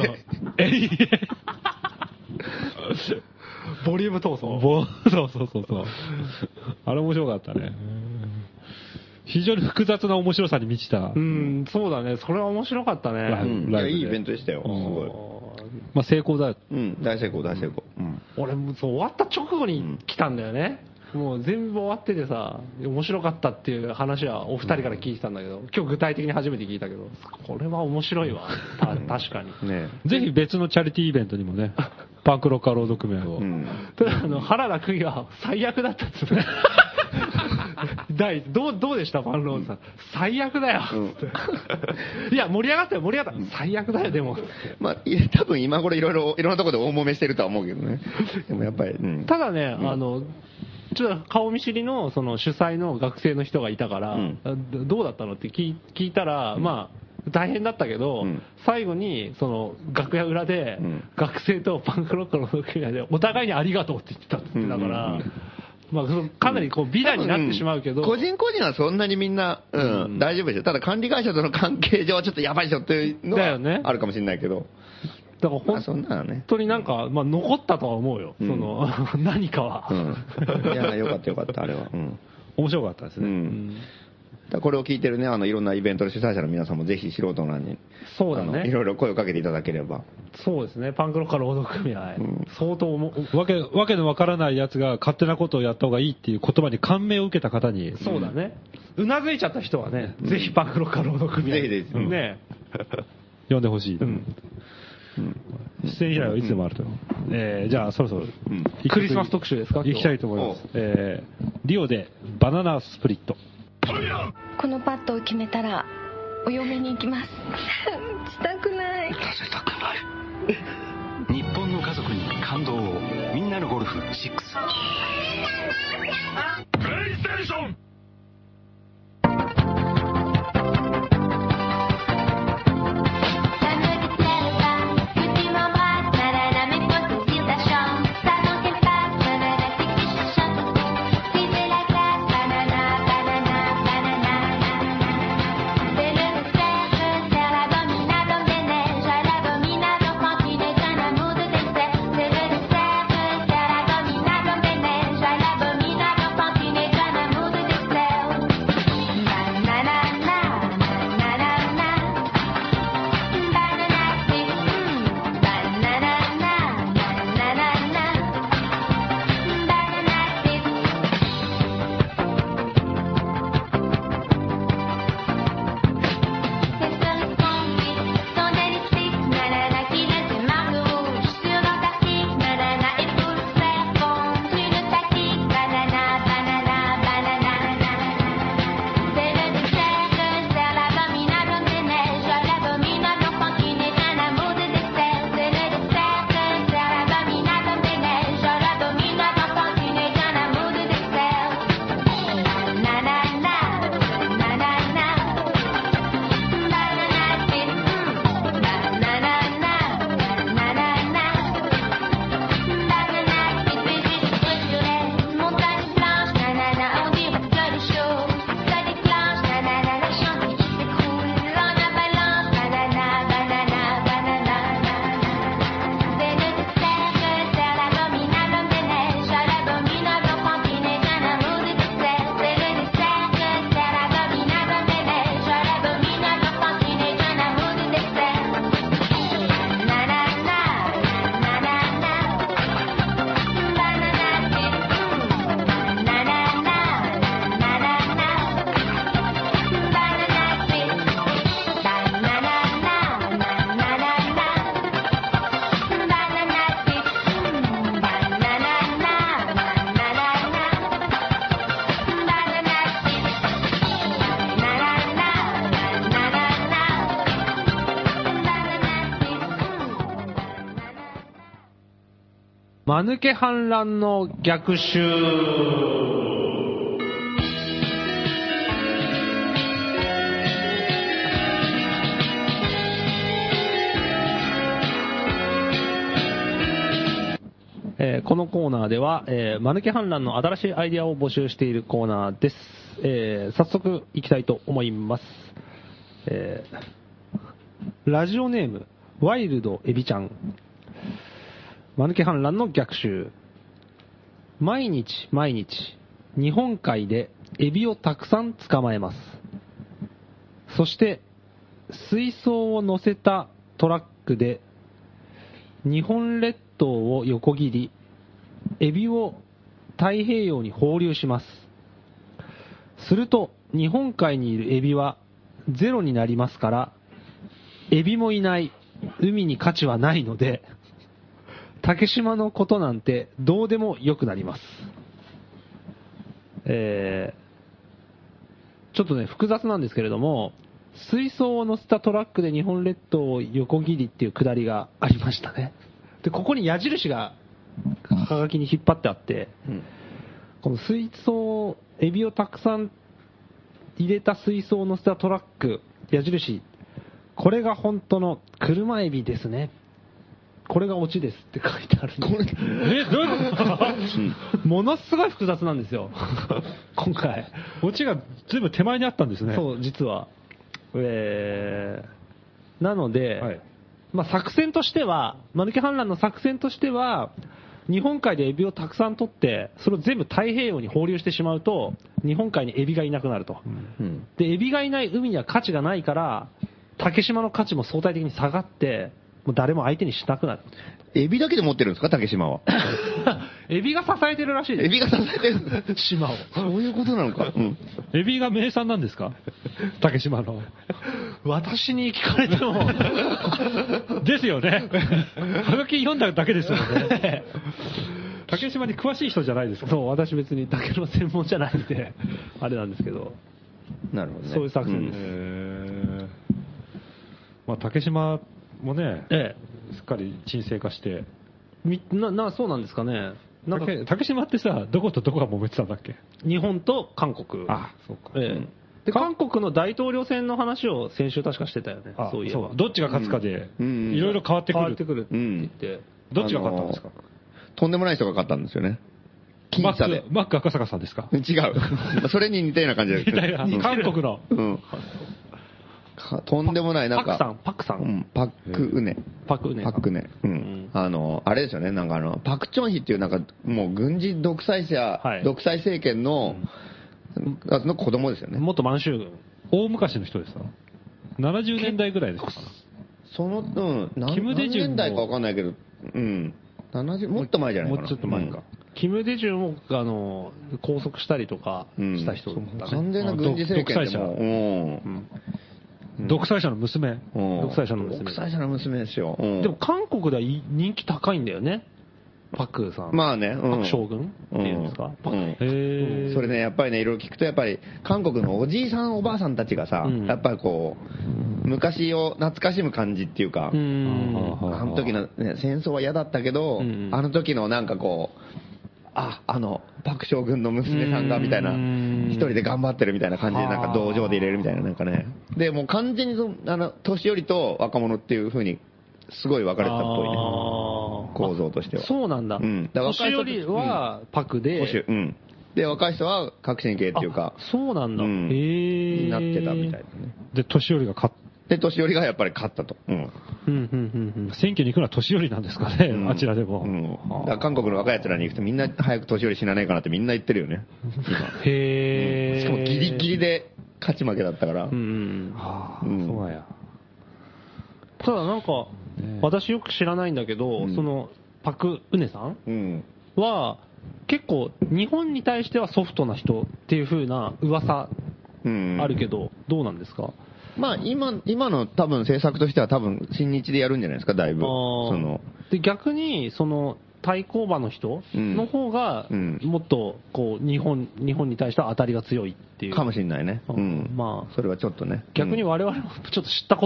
ボリューム闘争。 そう。あれ面白かったね。非常に複雑な面白さに満ちた。 そうだね。それは面白かったね。 いいイベントでしたよ。すごい。 まあ成功だ。 大成功。 俺もそう終わった直後に来たんだよね。もう全部終わっててさ、面白かったっていう話はお二人から聞いてたんだけど、今日具体的に初めて聞いたけど、これは面白いわ。確かに。 ぜひ別のチャリティーイベントにもね、パンクロッカー労働組合を。 ただ原田釘は最悪だったっつね。どうでしたファンローズさん。最悪だよ。いや、盛り上がった。最悪だよ、でも。 まあ、多分今頃いろんなところで大揉めしてるとは思うけどね。でもやっぱり。 ただね、ちょっと顔見知りのその主催の学生の人がいたから、どうだったのって聞いたら、まあ、大変だったけど、最後にその楽屋裏で、学生とパンクロッカーの組合でお互いにありがとうって言ってたってだから、まあ、かなりこう美談になってしまうけど、 個人個人はそんなにみんな、大丈夫ですよ。ただ管理会社との関係上はちょっとやばいでしょっていうのはあるかもしれないけど。 だから本当になんか、まあ、残ったとは思うよ、その何かは。 いや、よかった、あれは。 面白かったですね。 これを聞いてるね、いろんなイベントの主催者の皆さんもぜひ素人の欄に、 そうだね。 いろいろ声をかけていただければ。 そうですね、パンクロッカー労働組合。相当わけのわからない奴が勝手なことをやった方がいいっていう言葉に感銘を受けた方に。 そうだね。うなずいちゃった人はね、ぜひパンクロッカー労働組合。 ぜひ。 ね。 呼んでほしい。出演依頼はいつでもあると。じゃあそろそろクリスマス特集ですか？ 行きたいと思います。リオでバナナスプリット。 このパッドを決めたらお嫁に行きます。したくない。 させたくない。日本の家族に感動を。みんなのゴルフ6。プレイステーション。 間抜け反乱の逆襲。このコーナーでは、間抜け反乱の新しいアイデアを募集しているコーナーです。早速いきたいと思います。ラジオネームワイルドエビちゃん。間抜け反乱の逆襲。毎日毎日日本海でエビをたくさん捕まえます。そして水槽を乗せたトラックで日本列島を横切り、エビを太平洋に放流します。すると日本海にいるエビはゼロになりますから、エビもいない海に価値はないので、竹島のことなんてどうでもよくなります。ちょっとね複雑なんですけれども、水槽を乗せたトラックで日本列島を横切りっていうくだりがありましたね。でここに矢印がはがきに引っ張ってあって、この水槽、エビをたくさん入れた水槽を乗せたトラック、矢印、これが本当の車エビですね。これがオチですって書いてあるんで。 どういうことものすごい複雑なんですよ。今回。 オチが随分手前にあったんですね。 そう、実は。なので、はい、まあ、作戦としては、間抜け反乱の作戦としては、日本海でエビをたくさん取って、それを全部太平洋に放流してしまうと、日本海にエビがいなくなると。で、エビがいない海には価値がないから、竹島の価値も相対的に下がって、もう誰も相手にしなくなる。 エビだけで持ってるんですか、竹島は。 エビが支えてるらしいです。 エビが支えてる島を。 そういうことなのか。 エビが名産なんですか、竹島の。 私に聞かれても。 ですよね。はがき読んだだけですよね。竹島に詳しい人じゃないですか。 そう、私別に竹の専門じゃないんで、あれなんですけど。 なるほどね。 そういう作戦です。 まあ、竹島もね、すっかり沈静化して。 そうなんですかね。 なんか竹島ってさ、どことどこが揉めてたんだっけ？ 日本と韓国。 あ、そうか。 で、韓国の大統領選の話を先週確かしてたよね。そういえば。 どっちが勝つかで、いろいろ変わってくる。 変わってくるって言って。 どっちが勝ったんですか？ とんでもない人が勝ったんですよね。僅差で。 マック赤坂さんですか？ 違う。それに似たような感じです。 韓国の。 とんでもないなんか。 パクさん。 パクウネ。 パクウネ。 あれですよね、なんかパクチョンヒっていうなんかもう軍事独裁政権の子供ですよね。 元満州軍。 大昔の人ですか？70年代ぐらいですか？ 何年代かわかんないけど、もっと前じゃないかな。 もうちょっと前か。キム・デジュンを拘束したりとかした人だったね。 完全な軍事政権で独裁者の娘。 独裁者の娘ですよ。 でも韓国では人気高いんだよね。パクさん。 まあね。 パク将軍っていうんですか。 それね、やっぱりね、いろいろ聞くと、やっぱり韓国のおじいさんおばあさんたちがさ、やっぱりこう、昔を懐かしむ感じっていうか、あの時の戦争は嫌だったけど、あの時のなんかこう、パク将軍の娘さんがみたいな、一人で頑張ってるみたいな感じで、なんか道場で入れるみたいな、なんかね。で、もう完全に年寄りと若者っていう風に、すごい分かれてたっぽいね。構造としては。 そうなんだ。年寄りはパクで、 で、若い人は革新系っていうか、 そうなんだ。 になってたみたいなね。 で、年寄りが勝った。 で、年寄りがやっぱり勝ったと。 選挙に行くのは年寄りなんですかね、あちらでも。 だから韓国の若い奴らに行くとみんな早く年寄り死なねえかなってみんな言ってるよね。しかもギリギリで勝ち負けだったから。 そうや。 ただなんか、私よく知らないんだけど、その、パク・ウネさんは、結構日本に対してはソフトな人っていう風な噂あるけど、どうなんですか？ まあ今の多分政策としては多分親日でやるんじゃないですか、だいぶ。 で逆にその対抗馬の人の方がもっとこう日本に対しては当たりが強いっていうかもしれないね。まあそれはちょっとね。 逆に我々もちょっと知ったこ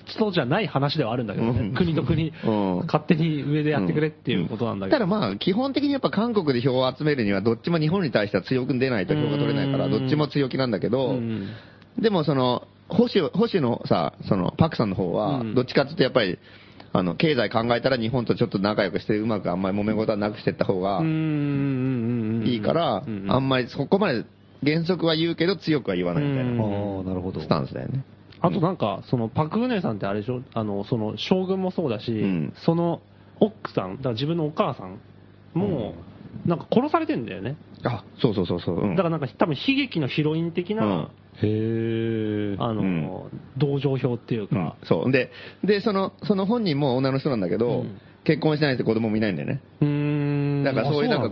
とじゃない話ではあるんだけどね。国と国、勝手に上でやってくれっていうことなんだけど。 ただまあ、基本的にやっぱ韓国で票を集めるには、どっちも日本に対しては強く出ないと票が取れないから、どっちも強気なんだけど、でも保守のさ、パクさんの方は、どっちかっていうとやっぱり、経済考えたら日本とちょっと仲良くしてうまくあんまり揉め事はなくしていった方がいいから、あんまりそこまで原則は言うけど強くは言わないみたいなスタンスだよね。 あとなんか、パク・クネさんってあれでしょ、将軍もそうだし、その奥さん、だから自分のお母さんも、なんか殺されてんだよね。 あ、そう。だからなんか多分悲劇のヒロイン的な、同情票っていうか。 そう。で、その本人も女の人なんだけど、結婚してないって子供もいないんだよね。だからそういうなんか、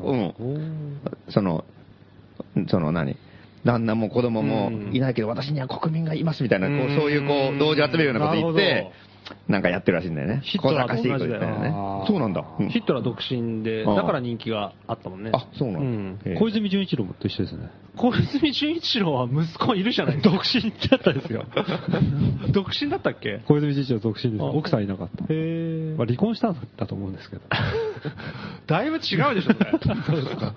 旦那も子供もいないけど、私には国民がいますみたいな、そういう同時集めるようなこと言って、なんかやってるらしいんだよね。 ヒットラーと同じだよね。そうなんだ。 ヒットラー独身で、だから人気があったもんね。 あ、そうなんだ。小泉純一郎と一緒ですね。 小泉純一郎は息子いるじゃない独身だったんですよ。 独身だったっけ？ 小泉純一郎独身です。奥さんいなかった。離婚したんだと思うんですけど。 だいぶ違うでしょ、ね。そうですか。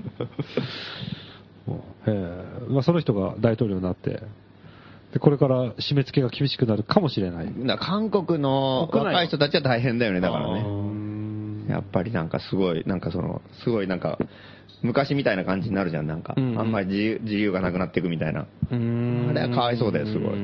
まあその人が大統領になって、でこれから締め付けが厳しくなるかもしれない。 韓国の若い人たちは大変だよね、だからね。やっぱりなんかすごいなんか昔みたいな感じになるじゃん、なんか。あんまり自由がなくなっていくみたいな。あれはかわいそうだよ、すごい。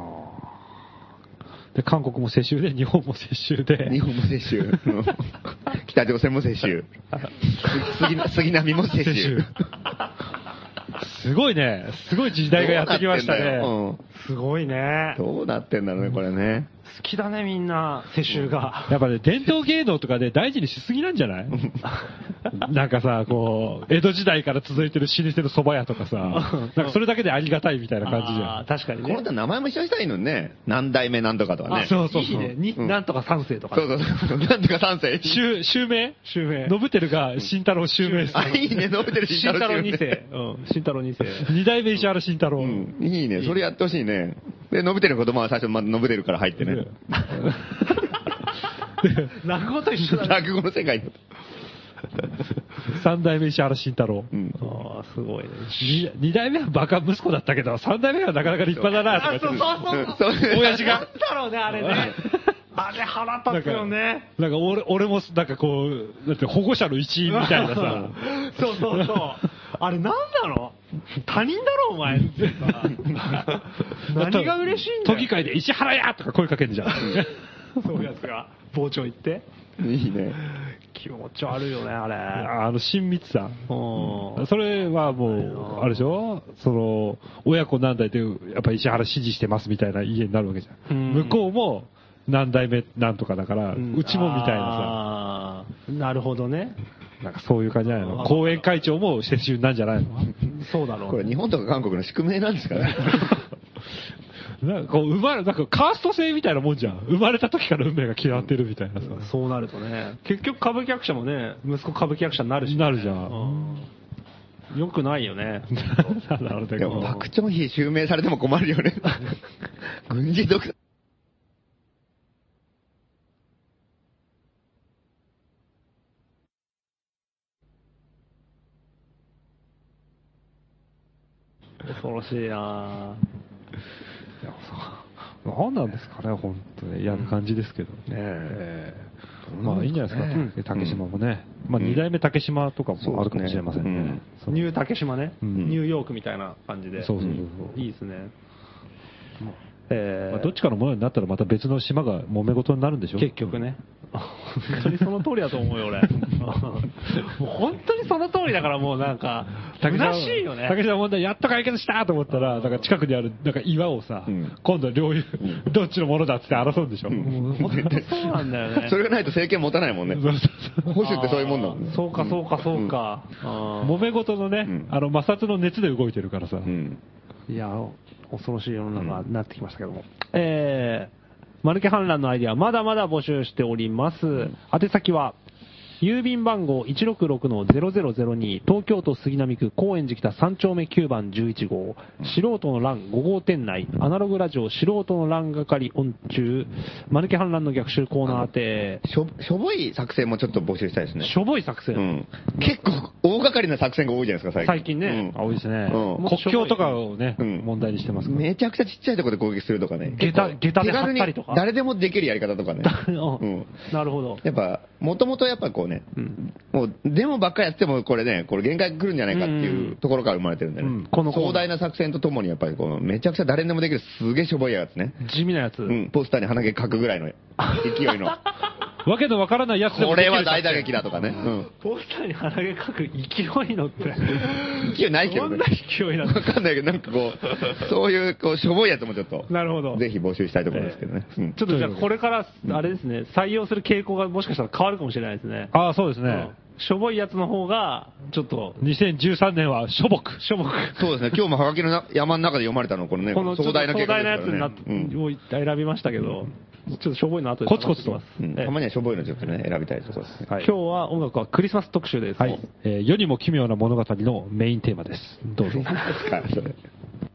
で、韓国も世襲で、日本も世襲で。 日本も世襲。北朝鮮も世襲。杉並も世襲。 すごいね。すごい時代がやってきましたね。 すごいね。 どうなってんだろうね、これね。 好きだね、みんな、世襲が。 やっぱね、伝統芸能とかで大事にしすぎなんじゃないなんかさ、江戸時代から続いてる老舗の蕎麦屋とかさ、なんかそれだけでありがたいみたいな感じじゃん。 確かにね。 この人名前も一緒にしたらいいのにね。何代目なんとかとかね。 そう。 いいね。なんとか三世とか。 そう。なんとか三世。 襲名信輝が慎太郎襲名する。 あ、いいね、信輝慎太郎二世。慎太郎二世。 二代目石原慎太郎。 いいね、それやってほしいね。で、信輝の子供は最初、信輝から入ってね。 落語と一緒だね。 落語の世界に。 三代目石原慎太郎。 ああ、すごいね。 二代目はバカ息子だったけど、三代目はなかなか立派だな、とか言って。 そう。 親父が。 なんだろうね、あれね。あれ腹立つよね。 なんか俺も、なんかだって保護者の一員みたいなさ。 そう。あれなんだろう他人だろお前ってさ。何が嬉しいんだよ。 都議会で石原やとか声かけるじゃん。 そういうやつが傍聴行って。 いいね。 気持ち悪いよね、あれ。 親密さ。それはもう、あれでしょ親子何代で、やっぱ石原支持してますみたいな家になるわけじゃん。向こうも、何代目なんとかだから、うちもみたいなさ。なるほどね。 なんかそういう感じじゃないの。後援会長も世襲なんじゃないの。 そうだろう。 これ日本とか韓国の宿命なんですかね。 なんかなんかカースト制みたいなもんじゃん。生まれた時から運命が決まってるみたいなさ。 そうなるとね。結局歌舞伎役者もね、息子歌舞伎役者になるし、ね。 なるじゃん。 よくないよね。 でも、パクチョンヒ襲名されても困るよね。軍事独裁。 恐ろしいなぁ。 何なんですかね、本当に嫌な感じですけどね。まあいいんじゃないですか、竹島もね。まあ2代目竹島とかもあるかもしれませんね。 ニュー竹島ね。ニューヨークみたいな感じで。 そう。 いいですね。 どっちかのものになったらまた別の島が揉め事になるんでしょ結局ね。本当にその通りだと思うよ、俺。もう本当にその通りだからもうなんか、虚しいよね。 竹島問題やっと解決したと思ったら、なんか近くにあるなんか岩をさ、今度は領有、どっちのものだって争うんでしょ。 本当そうなんだよね。 それがないと政権持たないもんね。保守ってそういうもんだもんね。 そうか。 揉め事のね、摩擦の熱で動いてるからさ。 いや、恐ろしい世の中になってきましたけども。マルケ反乱のアイディアまだまだ募集しております。宛先は、 郵便番号 166-0002 東京都杉並区高円寺北3丁目9番11号素人の欄5号店内アナログラジオ素人の欄係オン中マヌケ反乱の逆襲コーナー宛てしょぼい作戦もちょっと募集したいですね。 しょぼい作戦、 結構大掛かりな作戦が多いじゃないですか最近ね、 多いですね、国境とかをね、問題にしてますからめちゃくちゃちっちゃいところで攻撃するとかね、 下駄で張ったりとか誰でもできるやり方とかねなるほど。 やっぱもともとやっぱこうね、もうデモばっかりやってもこれ限界来るんじゃないかっていうところから生まれてるんでね、壮大な作戦とともにやっぱりこのめちゃくちゃ誰でもできるすげえしょぼいやつね、 地味なやつ、 ポスターに鼻毛描くぐらいの勢いのわけのわからないやつでもこれは大打撃だとかね、 ポスターに鼻毛描く勢いのって勢いないけどね、 どんな勢いなのわかんないけどなんかこうそういうこうしょぼいやつもちょっとなるほどぜひ募集したいところですけどね、 ちょっとじゃあこれからあれですね、採用する傾向がもしかしたら変わるかもしれないですね。 ああそうですね、 しょぼいやつの方がちょっと 2013年はしょぼくそうですね、今日もハガキの山の中で読まれたのこのね、 この壮大な計画やつですからね、 を選びましたけど、ちょっとしょぼいの後でコツコツとたまにはしょぼいのちょっとね選びたいところです。 今日は音楽はクリスマス特集です。 世にも奇妙な物語のメインテーマです。どうぞ。 何ですかそれ。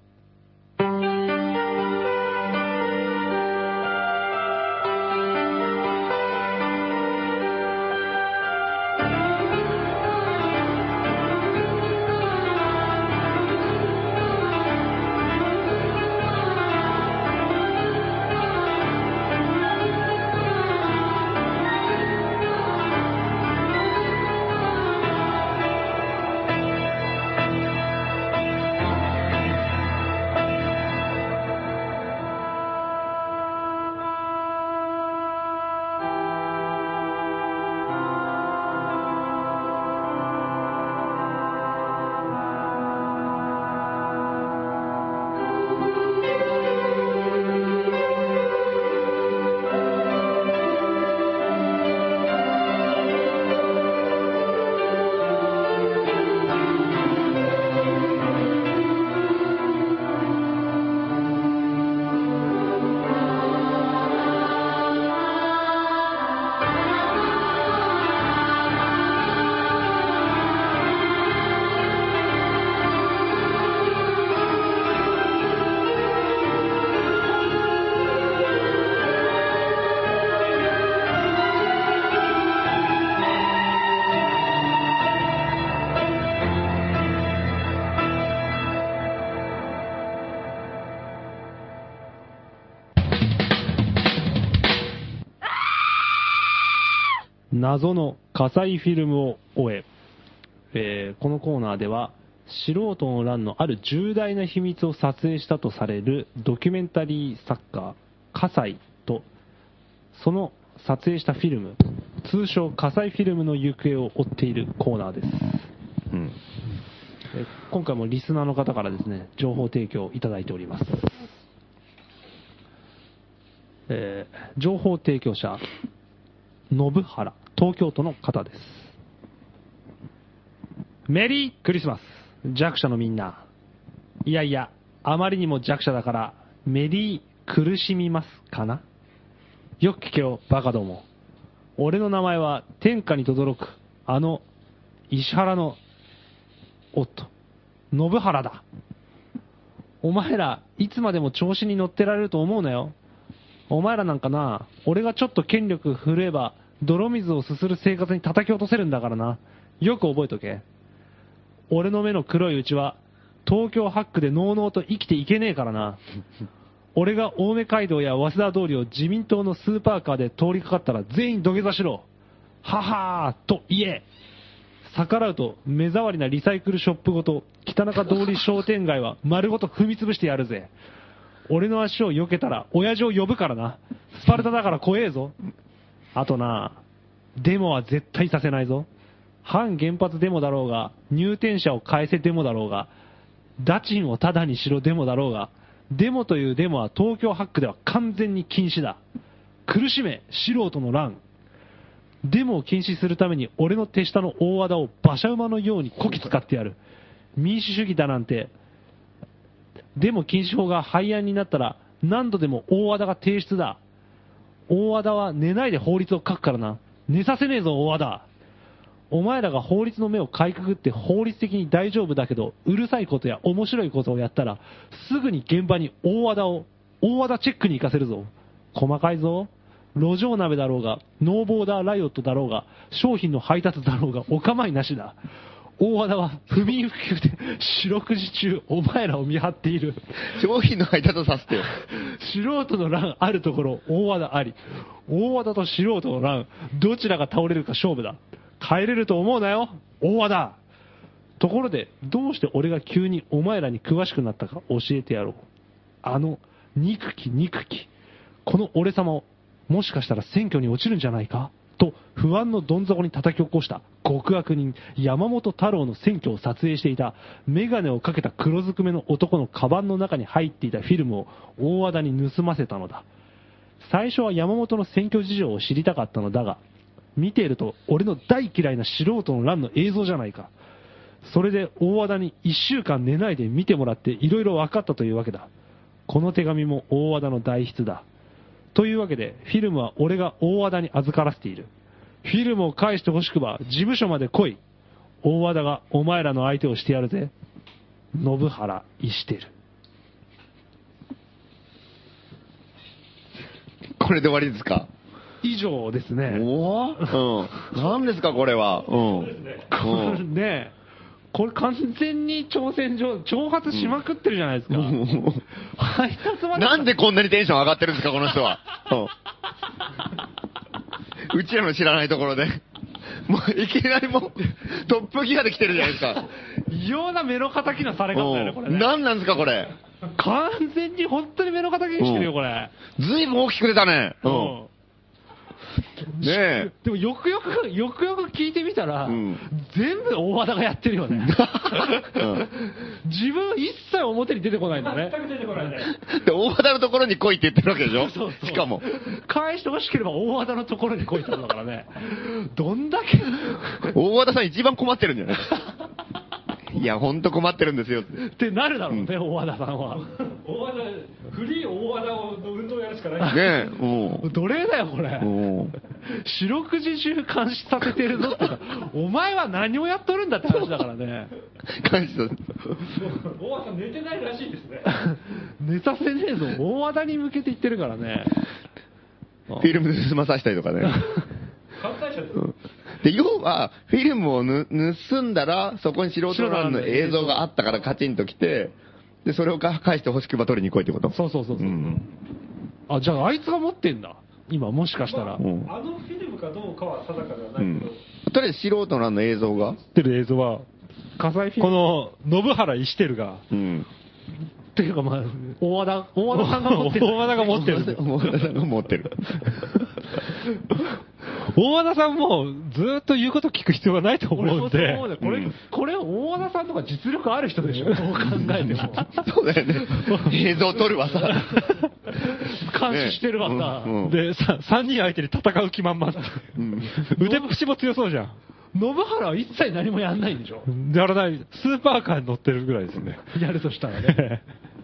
謎の火災フィルムを終え、このコーナーでは素人の乱のある重大な秘密を撮影したとされるドキュメンタリー作家葛西とその撮影したフィルム通称葛西フィルムの行方を追っているコーナーです、今回もリスナーの方からですね情報提供いただいております、情報提供者信原東京都の方です。メリークリスマス弱者のみんな。いやいやあまりにも弱者だからメリー苦しみますかな。よく聞けよバカども。俺の名前は天下に轟くあの石原のおっと信原だ。お前らいつまでも調子に乗ってられると思うなよ。お前らなんかな、俺がちょっと権力振るえば泥水をすする生活に叩き落とせるんだからな。よく覚えとけ。俺の目の黒いうちは東京8区でのうのうと生きていけねえからな。俺が青梅街道や早稲田通りを自民党のスーパーカーで通りかかったら全員土下座しろ。ははーと言え。逆らうと目障りなリサイクルショップごと北中通り商店街は丸ごと踏み潰してやるぜ。俺の足を避けたら親父を呼ぶからな。スパルタだから怖えぞ。あとな、デモは絶対させないぞ。反原発デモだろうが、入店者を返せデモだろうが、ダチンをタダにしろデモだろうが、デモというデモは東京8区では完全に禁止だ。苦しめ、素人の乱。デモを禁止するために俺の手下の大和田を馬車馬のようにこき使ってやる。民主主義だなんて、デモ禁止法が廃案になったら何度でも大和田が提出だ。大和田は寝ないで法律を書くからな。寝させねえぞ大和田。 お前らが法律の目をかいくぐって法律的に大丈夫だけど、うるさいことや面白いことをやったら、すぐに現場に大和田チェックに行かせるぞ。細かいぞ。路上鍋だろうが、ノーボーダーライオットだろうが、商品の配達だろうが、お構いなしだ。大和田は不眠不休で四六時中お前らを見張っている。 商品の配達をさせてよ。 素人の乱あるところ、大和田あり。大和田と素人の乱、どちらが倒れるか勝負だ。帰れると思うなよ、大和田。ところで、どうして俺が急にお前らに詳しくなったか教えてやろう。憎き。この俺様を、もしかしたら選挙に落ちるんじゃないかと不安のどん底に叩き起こした極悪人山本太郎の選挙を撮影していたメガネをかけた黒ずくめの男のカバンの中に入っていたフィルムを大和田に盗ませたのだ。最初は山本の選挙事情を知りたかったのだが、見ていると俺の大嫌いな素人の乱の映像じゃないか。それで大和田に1週間寝ないで見てもらっていろいろ分かったというわけだ。この手紙も大和田の代筆だ。というわけで、フィルムは俺が大和田に預からせている。フィルムを返してほしくば、事務所まで来い。大和田がお前らの相手をしてやるぜ。信原石照。 これで終わりですか？ 以上ですね。 おぉ、何ですかこれは。 これね、これ完全に挑発しまくってるじゃないですか。配達まで。 なんでこんなにテンション上がってるんですか、この人は。うちらの知らないところで。もういきなりもうトップギアで来てるじゃないですか。 異様な目の敵のされ方だよね、これね。 何なんですか、これ。 完全に本当に目の敵にしてるよ、これ。 ずいぶん大きく出たね。ねえ。 でもよくよく聞いてみたら、全部大和田がやってるよね。自分一切表に出てこないんだね。全く出てこないね。 で、大和田のところに来いって言ってるわけでしょ。 そうしかも。 返してほしければ大和田のところに来いってことだからね。どんだけ。 大和田さん一番困ってるんじゃないいや、ほんと困ってるんですよってなるだろうね、大和田さんは。フリー大和田の運動をやるしかない。 ねえ、奴隷だよ、これ。四六時中監視させてるぞってお前は何をやっとるんだって話だからね。 監視させ大和田寝てないらしいですね。寝させねえぞ、大和田に向けて言ってるからね。 フィルム盗まさせたりとかね。 犯罪者です。 で、要は、フィルムを盗んだら、そこに素人ランの映像があったからカチンと来て、で、それを返して欲しくば取りに来いってこと。 そう。あ、じゃああいつが持ってんだ。今、もしかしたら。あのフィルムかどうかは定かではないけど。 とりあえず素人ランの映像が。 ってる映像は、この、信原石照が、 っていうかまあ、大和田さんが持ってる。 大和田が持ってる。 大和田さんが持ってる。 大和田さんもずっと言うこと聞く必要がないと思うんで。 これ大和田さんとか実力ある人でしょ、どう考えても。 そうだよね。映像撮るわさ。 監視してるわさ。 で、3人相手に戦う気満々。腕っぷしも強そうじゃん。 信原は一切何もやんないんでしょ。 やらない。スーパーカーに乗ってるぐらいですね。 やるとしたらね。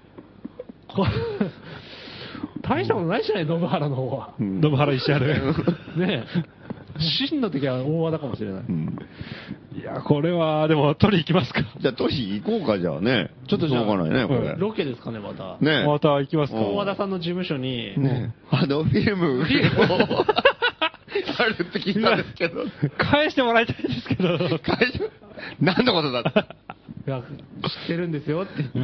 大したことないじゃない、信原の方は。 信原石原。 ねえ。真の敵は大和田かもしれない。 いや、これは、でも、取り行きますか。 じゃあ、取り行こうか、じゃあね。ちょっとしょうがないね、これ。 ロケですかね、また。 ねまた行きますか。 大和田さんの事務所に。 ねフィルムをあるって聞いたんですけど。 返してもらいたいんですけど。 何のことだって。 いや、知ってるんですよって言って。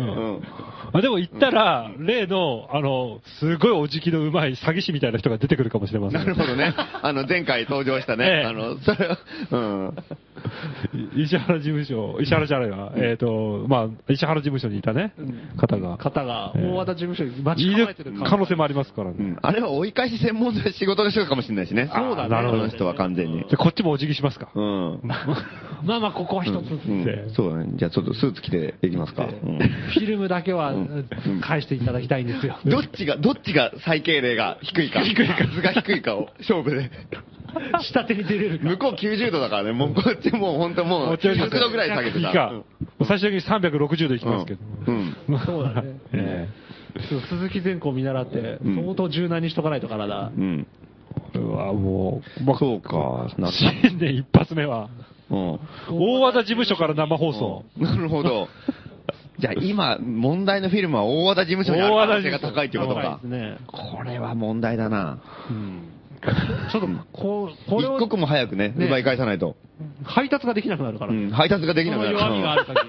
でも行ったら、例の、すごいお辞儀のうまい詐欺師みたいな人が出てくるかもしれません。 なるほどね。前回登場したね。それは、 石原事務所、石原じゃないわ。石原事務所にいたね、方が、 大和田事務所に待ち構えてる可能性もありますからね。 あれは追い返し専門の仕事の人かもしれないしね。 そうだね。 なるほど、人は完全に。 じゃこっちもお辞儀しますか。 まあ、ここは一つって。 そうだね。じゃあちょっとスーツ着ていきますか。 フィルムだけは返していただきたいんですよ。 どっちが最敬礼が低いか。図が低いかを勝負で。 下手に出れるか。 向こう90度だからね。もうこっちもう本当もう100度ぐらい下げてた。 最終的に360度いきますけど。 そうだね。鈴木善光見習って、相当柔軟にしとかないと体。 これはもう、 そうか。 新年一発目は。 大和田事務所から生放送。 なるほど。じゃあ今、問題のフィルムは大和田事務所にある可能性が高いってことか。これは問題だな。 ちょっと、これを。 一刻も早くね、奪い返さないと。 配達ができなくなるから。 配達ができなくなる。 弱みがある限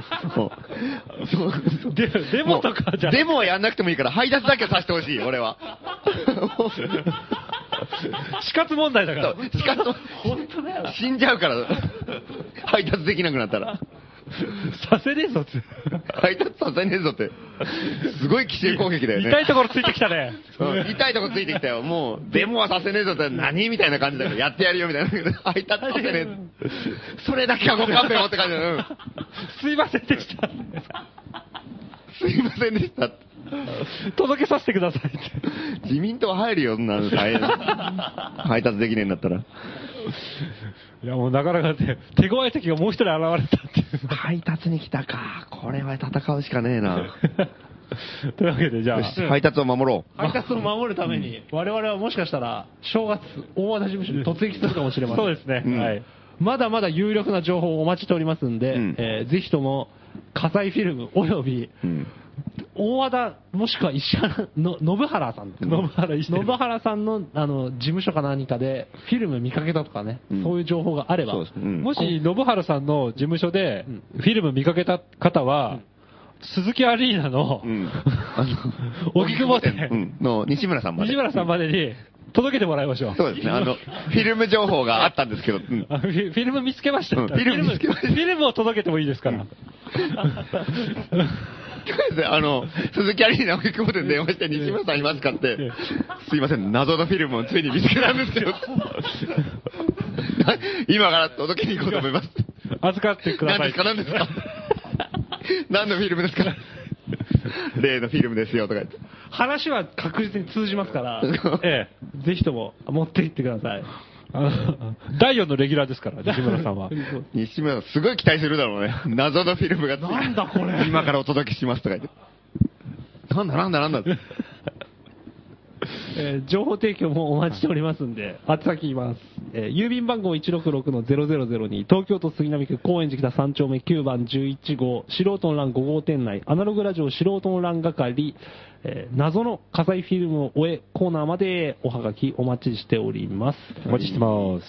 り。デモとかじゃデモはやんなくてもいいから配達だけさせてほしい、俺は。 死活問題だから。 死活、本当だよ。死んじゃうから、配達できなくなったら。 させねえぞって。 配達させねえぞって。すごい奇襲攻撃だよね。 痛いところついてきたね。 痛いところついてきたよ。もう、デモはさせねえぞって何みたいな感じだから、やってやるよみたいな。配達させねえ。それだけはご勘弁をって感じだよ。 すいませんでした。 すいませんでした。 届けさせてくださいって。 自民党入るよ、そんなの大変。配達できねえんだったら。 いやもうなかなかね、手強い敵がもう一人現れたっていう。 配達に来たか。これは戦うしかねえな。 というわけでじゃあ、 配達を守ろう。 配達を守るために、我々はもしかしたら、正月、大和田事務所に突撃するかもしれません。 そうですね。はい。 まだまだ有力な情報をお待ちしておりますんで、ぜひとも、火災フィルムおよび、大和田、もしくは石原の、信原さん。信原さんの、事務所か何かで、フィルム見かけたとかね、そういう情報があれば。 もし、信原さんの事務所で、フィルム見かけた方は、鈴木アリーナの、荻窪店の西村さんまで。 西村さんまでに、届けてもらいましょう。 そうですね。フィルム情報があったんですけど。フィルム見つけました。フィルム見つけました。 フィルムを届けてもいいですから。 鈴木アリーナ荻窪店に電話して西村さんいますかって、すいません、謎のフィルムをついに見つけたんですよ。今から届けに行こうと思います。 預かってください。 何ですか何のフィルムですか例のフィルムですよとか言って。 話は確実に通じますから、ぜひとも持って行ってください。 第4のレギュラーですから、西村さんは。 西村さん、すごい期待するだろうね。謎のフィルムが。 なんだこれ。 今からお届けしますとか言って。なんだ。 情報提供もお待ちしておりますんで、宛先言います。郵便番号 166-0002、東京都杉並区高円寺北3丁目9番11号、素人の欄5号店内、アナログラジオ素人の欄係、謎の火災フィルムを終え、コーナーまでおはがきお待ちしております。 お待ちしてます。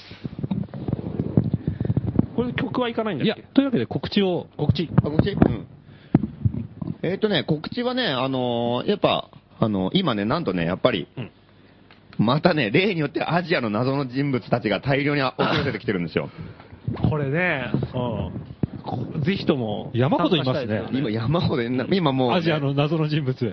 これ曲はいかないんだっけ？いや、 というわけで告知。 告知告知はね、やっぱ、今ね、なんとね、やっぱり、またね、例によってアジアの謎の人物たちが大量に押し寄せてきてるんですよ。 これね、ぜひとも。 山ほどいますね。 今山ほど、今もう、 アジアの謎の人物。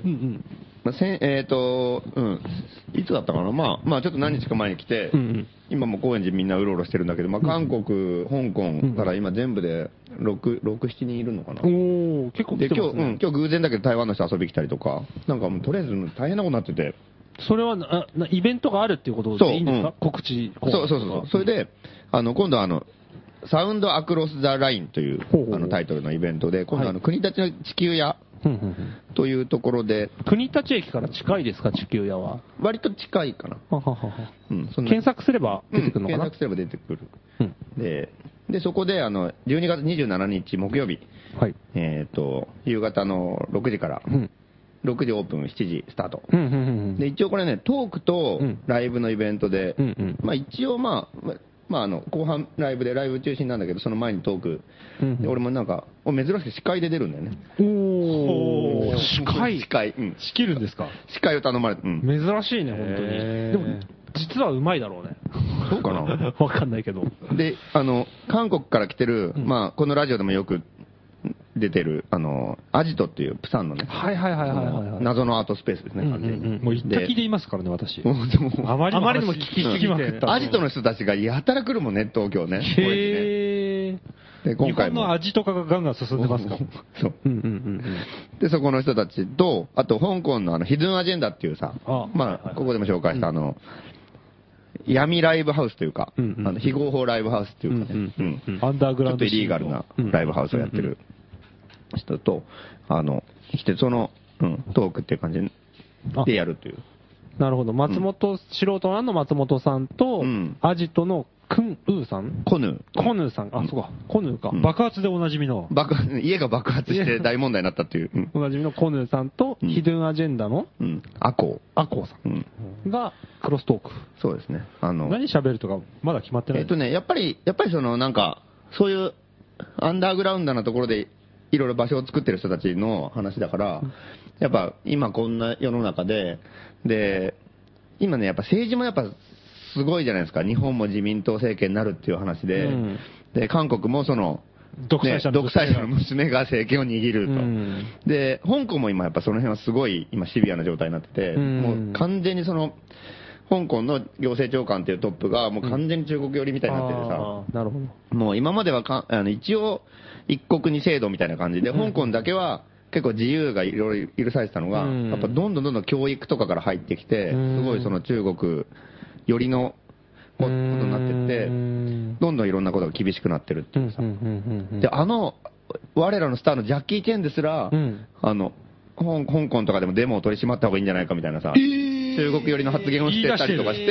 いつだったかな、まあちょっと何日か前に来て、今も高円寺みんなうろうろしてるんだけど、まあ韓国、香港から今全部で6、7人いるのかな。 おー、結構来てますね。 今日偶然だけど台湾の人遊び来たりとか、なんかもうとりあえず大変なことになってて。 それはイベントがあるっていうことでいいんですか？告知。 そう。それで、今度サウンドアクロス・ザ・ラインというタイトルのイベントで、今度国立の地球屋というところで。 国立駅から近いですか、地球屋は。 割と近いかな。 検索すれば出てくるのかな？ 検索すれば出てくる。で、そこで12月27日木曜日、夕方の6時から、6時オープン、7時スタート。で、一応これね、トークとライブのイベントで、まあ一応後半ライブ中心なんだけど、その前にトーク。で俺もなんか、珍しく司会で出るんだよね。 おー、司会。 仕切るんですか？ 司会を頼まれて。 珍しいね、本当に。でも、実はうまいだろうね。 そうかなわかんないけど。 で、韓国から来てる、まあ、このラジオでもよく出てる、アジトっていうプサンのね。謎のアートスペースですね、完全に。 もう行った気でいますからね、私。 あまりにも聞きすぎて。 アジトの人たちがやたら来るもんね、東京ね。 へー。今回も。日本のアジト化がガンガン進んでますから。 そう。で、そこの人たちと、あと、香港のヒズンアジェンダっていうさ、まあ、ここでも紹介した闇ライブハウスというか、非合法ライブハウスっていうかね、 アンダーグラウンドちょっとイリーガルなライブハウスをやってる人と、来て、その、トークっていう感じでやるという。 なるほど。素人欄の松本さんと、アジトのクンウーさんコヌーさん。あ、そうか。コヌーか。 爆発でおなじみの。 家が爆発して大問題になったっていう。 おなじみのコヌーさんと、ヒドゥンアジェンダのアコーさんがクロストーク。 そうですね。 何喋るとかまだ決まってない。 やっぱりそのなんか、そういうアンダーグラウンドなところでいろいろ場所を作ってる人たちの話だから、やっぱ今こんな世の中で、今ね、やっぱ政治もやっぱすごいじゃないですか。日本も自民党政権になるっていう話で、で、韓国もその、独裁者の娘が政権を握ると。で、香港も今やっぱその辺はすごい今シビアな状態になってて、もう完全にその、香港の行政長官っていうトップがもう完全に中国寄りみたいになっててさ、 なるほど。 もう今までは一応一国二制度みたいな感じで、香港だけは結構自由がいろいろ許されてたのが、やっぱどんどん教育とかから入ってきて、すごいその中国寄りのことになってって、どんどんいろんなことが厳しくなってるっていうさ。で、我らのスターのジャッキー・チェンですら、香港とかでもデモを取り締まった方がいいんじゃないかみたいなさ、中国寄りの発言をしてたりとかして、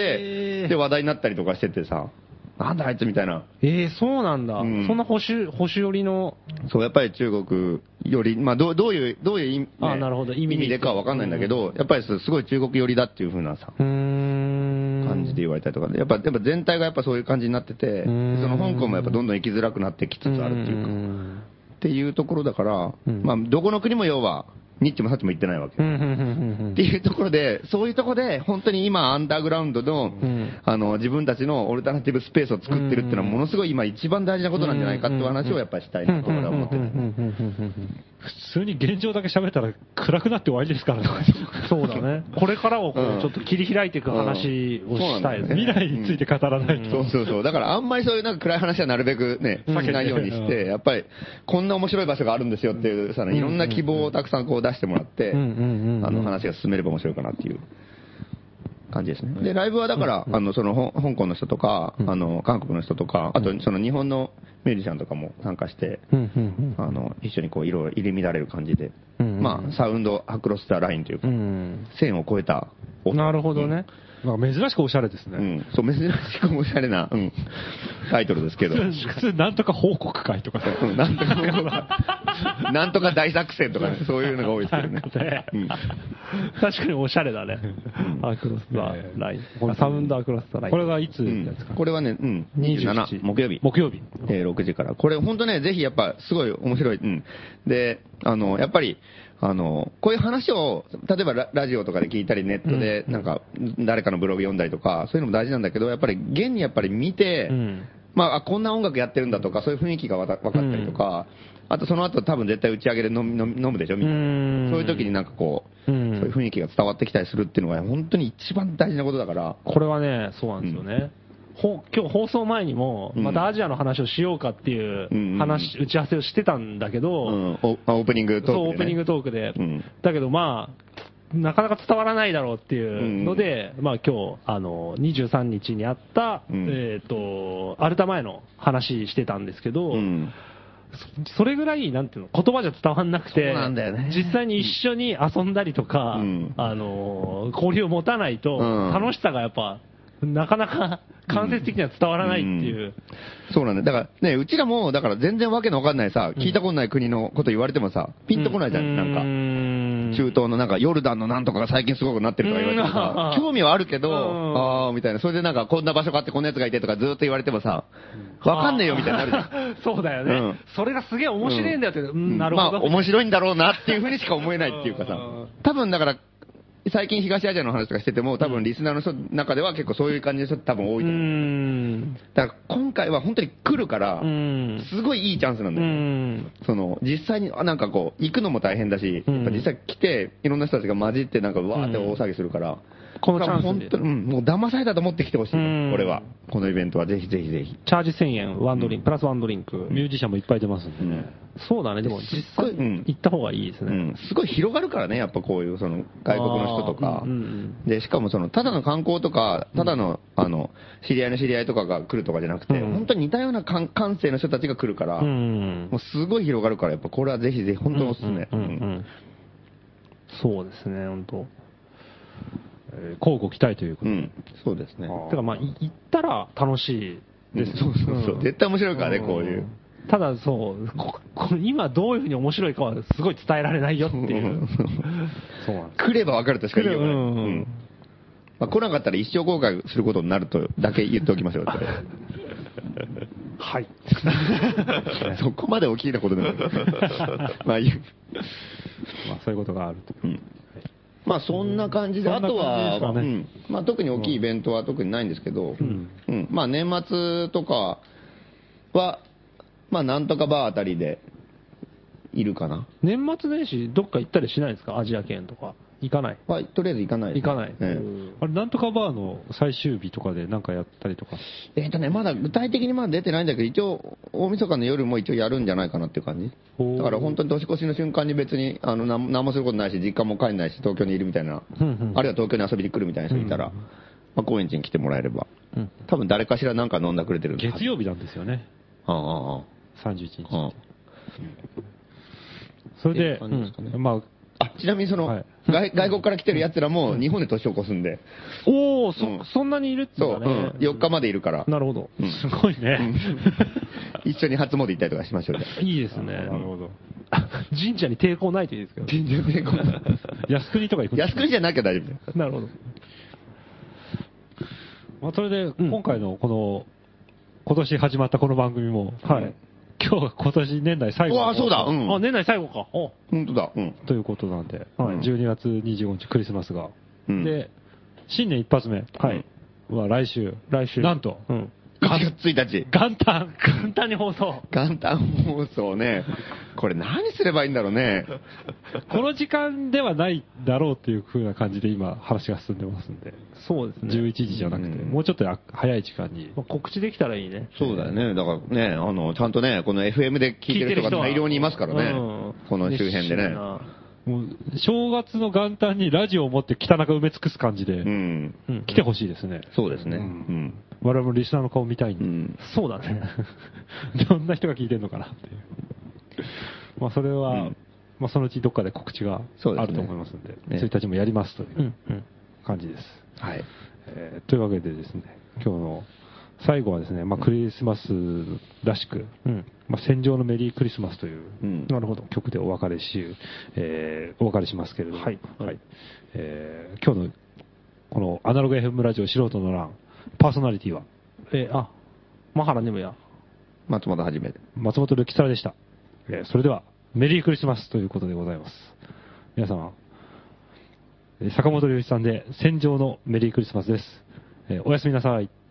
で、話題になったりとかしててさ、なんだあいつみたいな。 そうなんだ。そんな保守寄りの。 そう、やっぱり中国より、まあ、どういう意味でかはわかんないんだけど、やっぱりすごい中国寄りだっていう風なさ、感じで言われたりとかで、やっぱ全体がやっぱそういう感じになってて、その香港もやっぱどんどん生きづらくなってきつつあるっていうか、っていうところだから、まあ、どこの国も要は、ニッチもサッチも言ってないわけ。っていうところで、そういうところで、本当に今、アンダーグラウンドの、自分たちのオルタナティブスペースを作ってるっていうのは、ものすごい今一番大事なことなんじゃないかっていう話をやっぱりしたいなと俺は思ってる。 普通に現状だけ喋ったら暗くなって終わりですからね。 そうだね。これからをちょっと切り開いていく話をしたいですね。 未来について語らないと。 そう。だからあんまりそういうなんか暗い話はなるべくね、避けないようにして、やっぱりこんな面白い場所があるんですよっていうさ、いろんな希望をたくさんこう出してもらって、話が進めれば面白いかなっていう感じですね。で、ライブはだから、その香港の人とか、韓国の人とか、あとその日本のミュージシャンとかも参加して、一緒にこう、いろいろ入り乱れる感じで、まあ、サウンドアクロスターラインというか、線を越えた音。 なるほどね。 なんか珍しくおしゃれですね。 そう、珍しくおしゃれな、タイトルですけど。 普通、なんとか報告会とかさ、 なんとか大作戦とか、そういうのが多いですけどね。 確かにおしゃれだね。アクロスターライン。サウンドアクロスターライン。 これがいつですか？ これはね、27、木曜日。6時から。これ本当ね、ぜひやっぱすごい面白い。で、やっぱり、こういう話を、例えばラジオとかで聞いたり、ネットで、なんか、誰かのブログ読んだりとか、そういうのも大事なんだけど、やっぱり、現にやっぱり見て、まあ、こんな音楽やってるんだとか、そういう雰囲気が分かったりとか、あとその後多分絶対打ち上げで飲むでしょみたいな。そういう時になんかこう、そういう雰囲気が伝わってきたりするっていうのが、本当に一番大事なことだから。 これはね、そうなんですよね。今日放送前にも、またアジアの話をしようかっていう打ち合わせをしてたんだけど、 オープニングトークで、 そう、オープニングトークで。だけどまあ、なかなか伝わらないだろうっていうので、まあ今日、23日にあった、アルタ前の話してたんですけど、それぐらい、なんていうの、言葉じゃ伝わんなくて、実際に一緒に遊んだりとか、交流を持たないと、楽しさがやっぱ、なかなか間接的には伝わらないっていう。 そうなんだ。だからね、うちらも、だから全然わけのわかんないさ、聞いたことない国のこと言われてもさ、ピンとこないじゃん、なんか。中東のなんか、ヨルダンのなんとかが最近すごくなってるとか言われてもさ、興味はあるけど、みたいな。それでなんか、こんな場所があってこんな奴がいてとかずっと言われてもさ、わかんねえよみたいになるじゃん。 そうだよね。それがすげえ面白いんだよって、なるほど。 まあ、面白いんだろうなっていうふうにしか思えないっていうかさ、多分だから、最近東アジアの話とかしてても、多分リスナーの人の中では結構そういう感じの人多分多いと思う。だから今回は本当に来るから、すごいいいチャンスなんだよ。実際に、なんかこう、行くのも大変だし、実際来て、いろんな人たちが混じってなんかわーって大騒ぎするから、 このチャンス本当に、もう騙されたと思って来てほしい。これは。このイベントはぜひぜひぜひ。 チャージ1000円、ワンドリンク、プラスワンドリンク。 ミュージシャンもいっぱい出ますんでね。 そうだね、でも実際行った方がいいですね。 すごい広がるからね、やっぱこういう外国の人とか。で、しかもただの観光とか、ただの、知り合いの知り合いとかが来るとかじゃなくて、本当に似たような感性の人たちが来るから、もうすごい広がるから、やっぱこれはぜひぜひ、本当におすすめ。 そうですね、本当。 交互期待ということで。 そうですね。 だからまあ、行ったら楽しいそうそうそう。絶対面白いからね、こういう。 ただそう、今どういうふうに面白いかはすごい伝えられないよっていう。 そうなんです。来れば分かるとしか言いようがない。まあ、来なかったら一生後悔することになるとだけ言っておきましょう。 はい。 そこまで大きなことでも。まあそういうことがあると。 まあそんな感じで、あとは、まあ特に大きいイベントは特にないんですけど、まあ年末とかは、まあなんとかバーあたりでいるかな。 年末年始どっか行ったりしないんですか？アジア圏とか。行かない？ とりあえず行かないです。 行かない。 あれ、なんとかバーの最終日とかでなんかやったりとか。 まだ具体的にまだ出てないんだけど、一応、大晦日の夜も一応やるんじゃないかなっていう感じ。だから本当に年越しの瞬間に別に、何もすることないし、実家も帰んないし、東京にいるみたいな、あるいは東京に遊びに来るみたいな人いたら、まあ高円寺に来てもらえれば、多分誰かしらなんか飲んだくれてるんで。 月曜日なんですよね。31日。それで、まあ、 ちなみに外国から来てる奴らも日本で年を越すんで。 おー、そんなにいるってそう、4日までいるから。 なるほど。 すごいね。 一緒に初詣行ったりとかしましょう。 いいですね。 なるほど。 神社に抵抗ないといいですけど。 神社に抵抗ない。 靖国とか行くんですか？ 靖国じゃなきゃ大丈夫。 なるほど。 まあ、それで、今回の今年始まったこの番組も、今年年内最後。 そうだ。 年内最後か。 本当だ。 ということなんで、12月25日クリスマスが。で、新年一発目。は来週。なんと、 1月1日。 元旦に放送。 元旦放送ね。これ何すればいいんだろうね。 この時間ではないだろうっていう風な感じで今話が進んでますんで。 そうですね。 11時じゃなくて、もうちょっと早い時間に。 告知できたらいいね。 そうだよね。だからね、ちゃんとね、この FM で聞いてる人が大量にいますからね。この周辺でね。 もう正月の元旦にラジオを持って北中埋め尽くす感じで、来てほしいですね。 そうですね。 我々もリスナーの顔見たいんで。 そうだね。 どんな人が聞いてるのかなっていう。まあそれは、まあそのうちどっかで告知があると思いますので、1日もやりますという感じです。 はい。 というわけでですね、今日の最後はですね、まあクリスマスらしく、まあ戦場のメリークリスマスという、なるほど、曲でお別れしますけれども、今日のこのアナログ FM ラジオ素人の欄、パーソナリティは、 マハラネムヤ、 松本はじめ、 松本るきさらでした。それでは、メリークリスマスということでございます。皆様、坂本龍一さんで戦場のメリークリスマスです。おやすみなさい。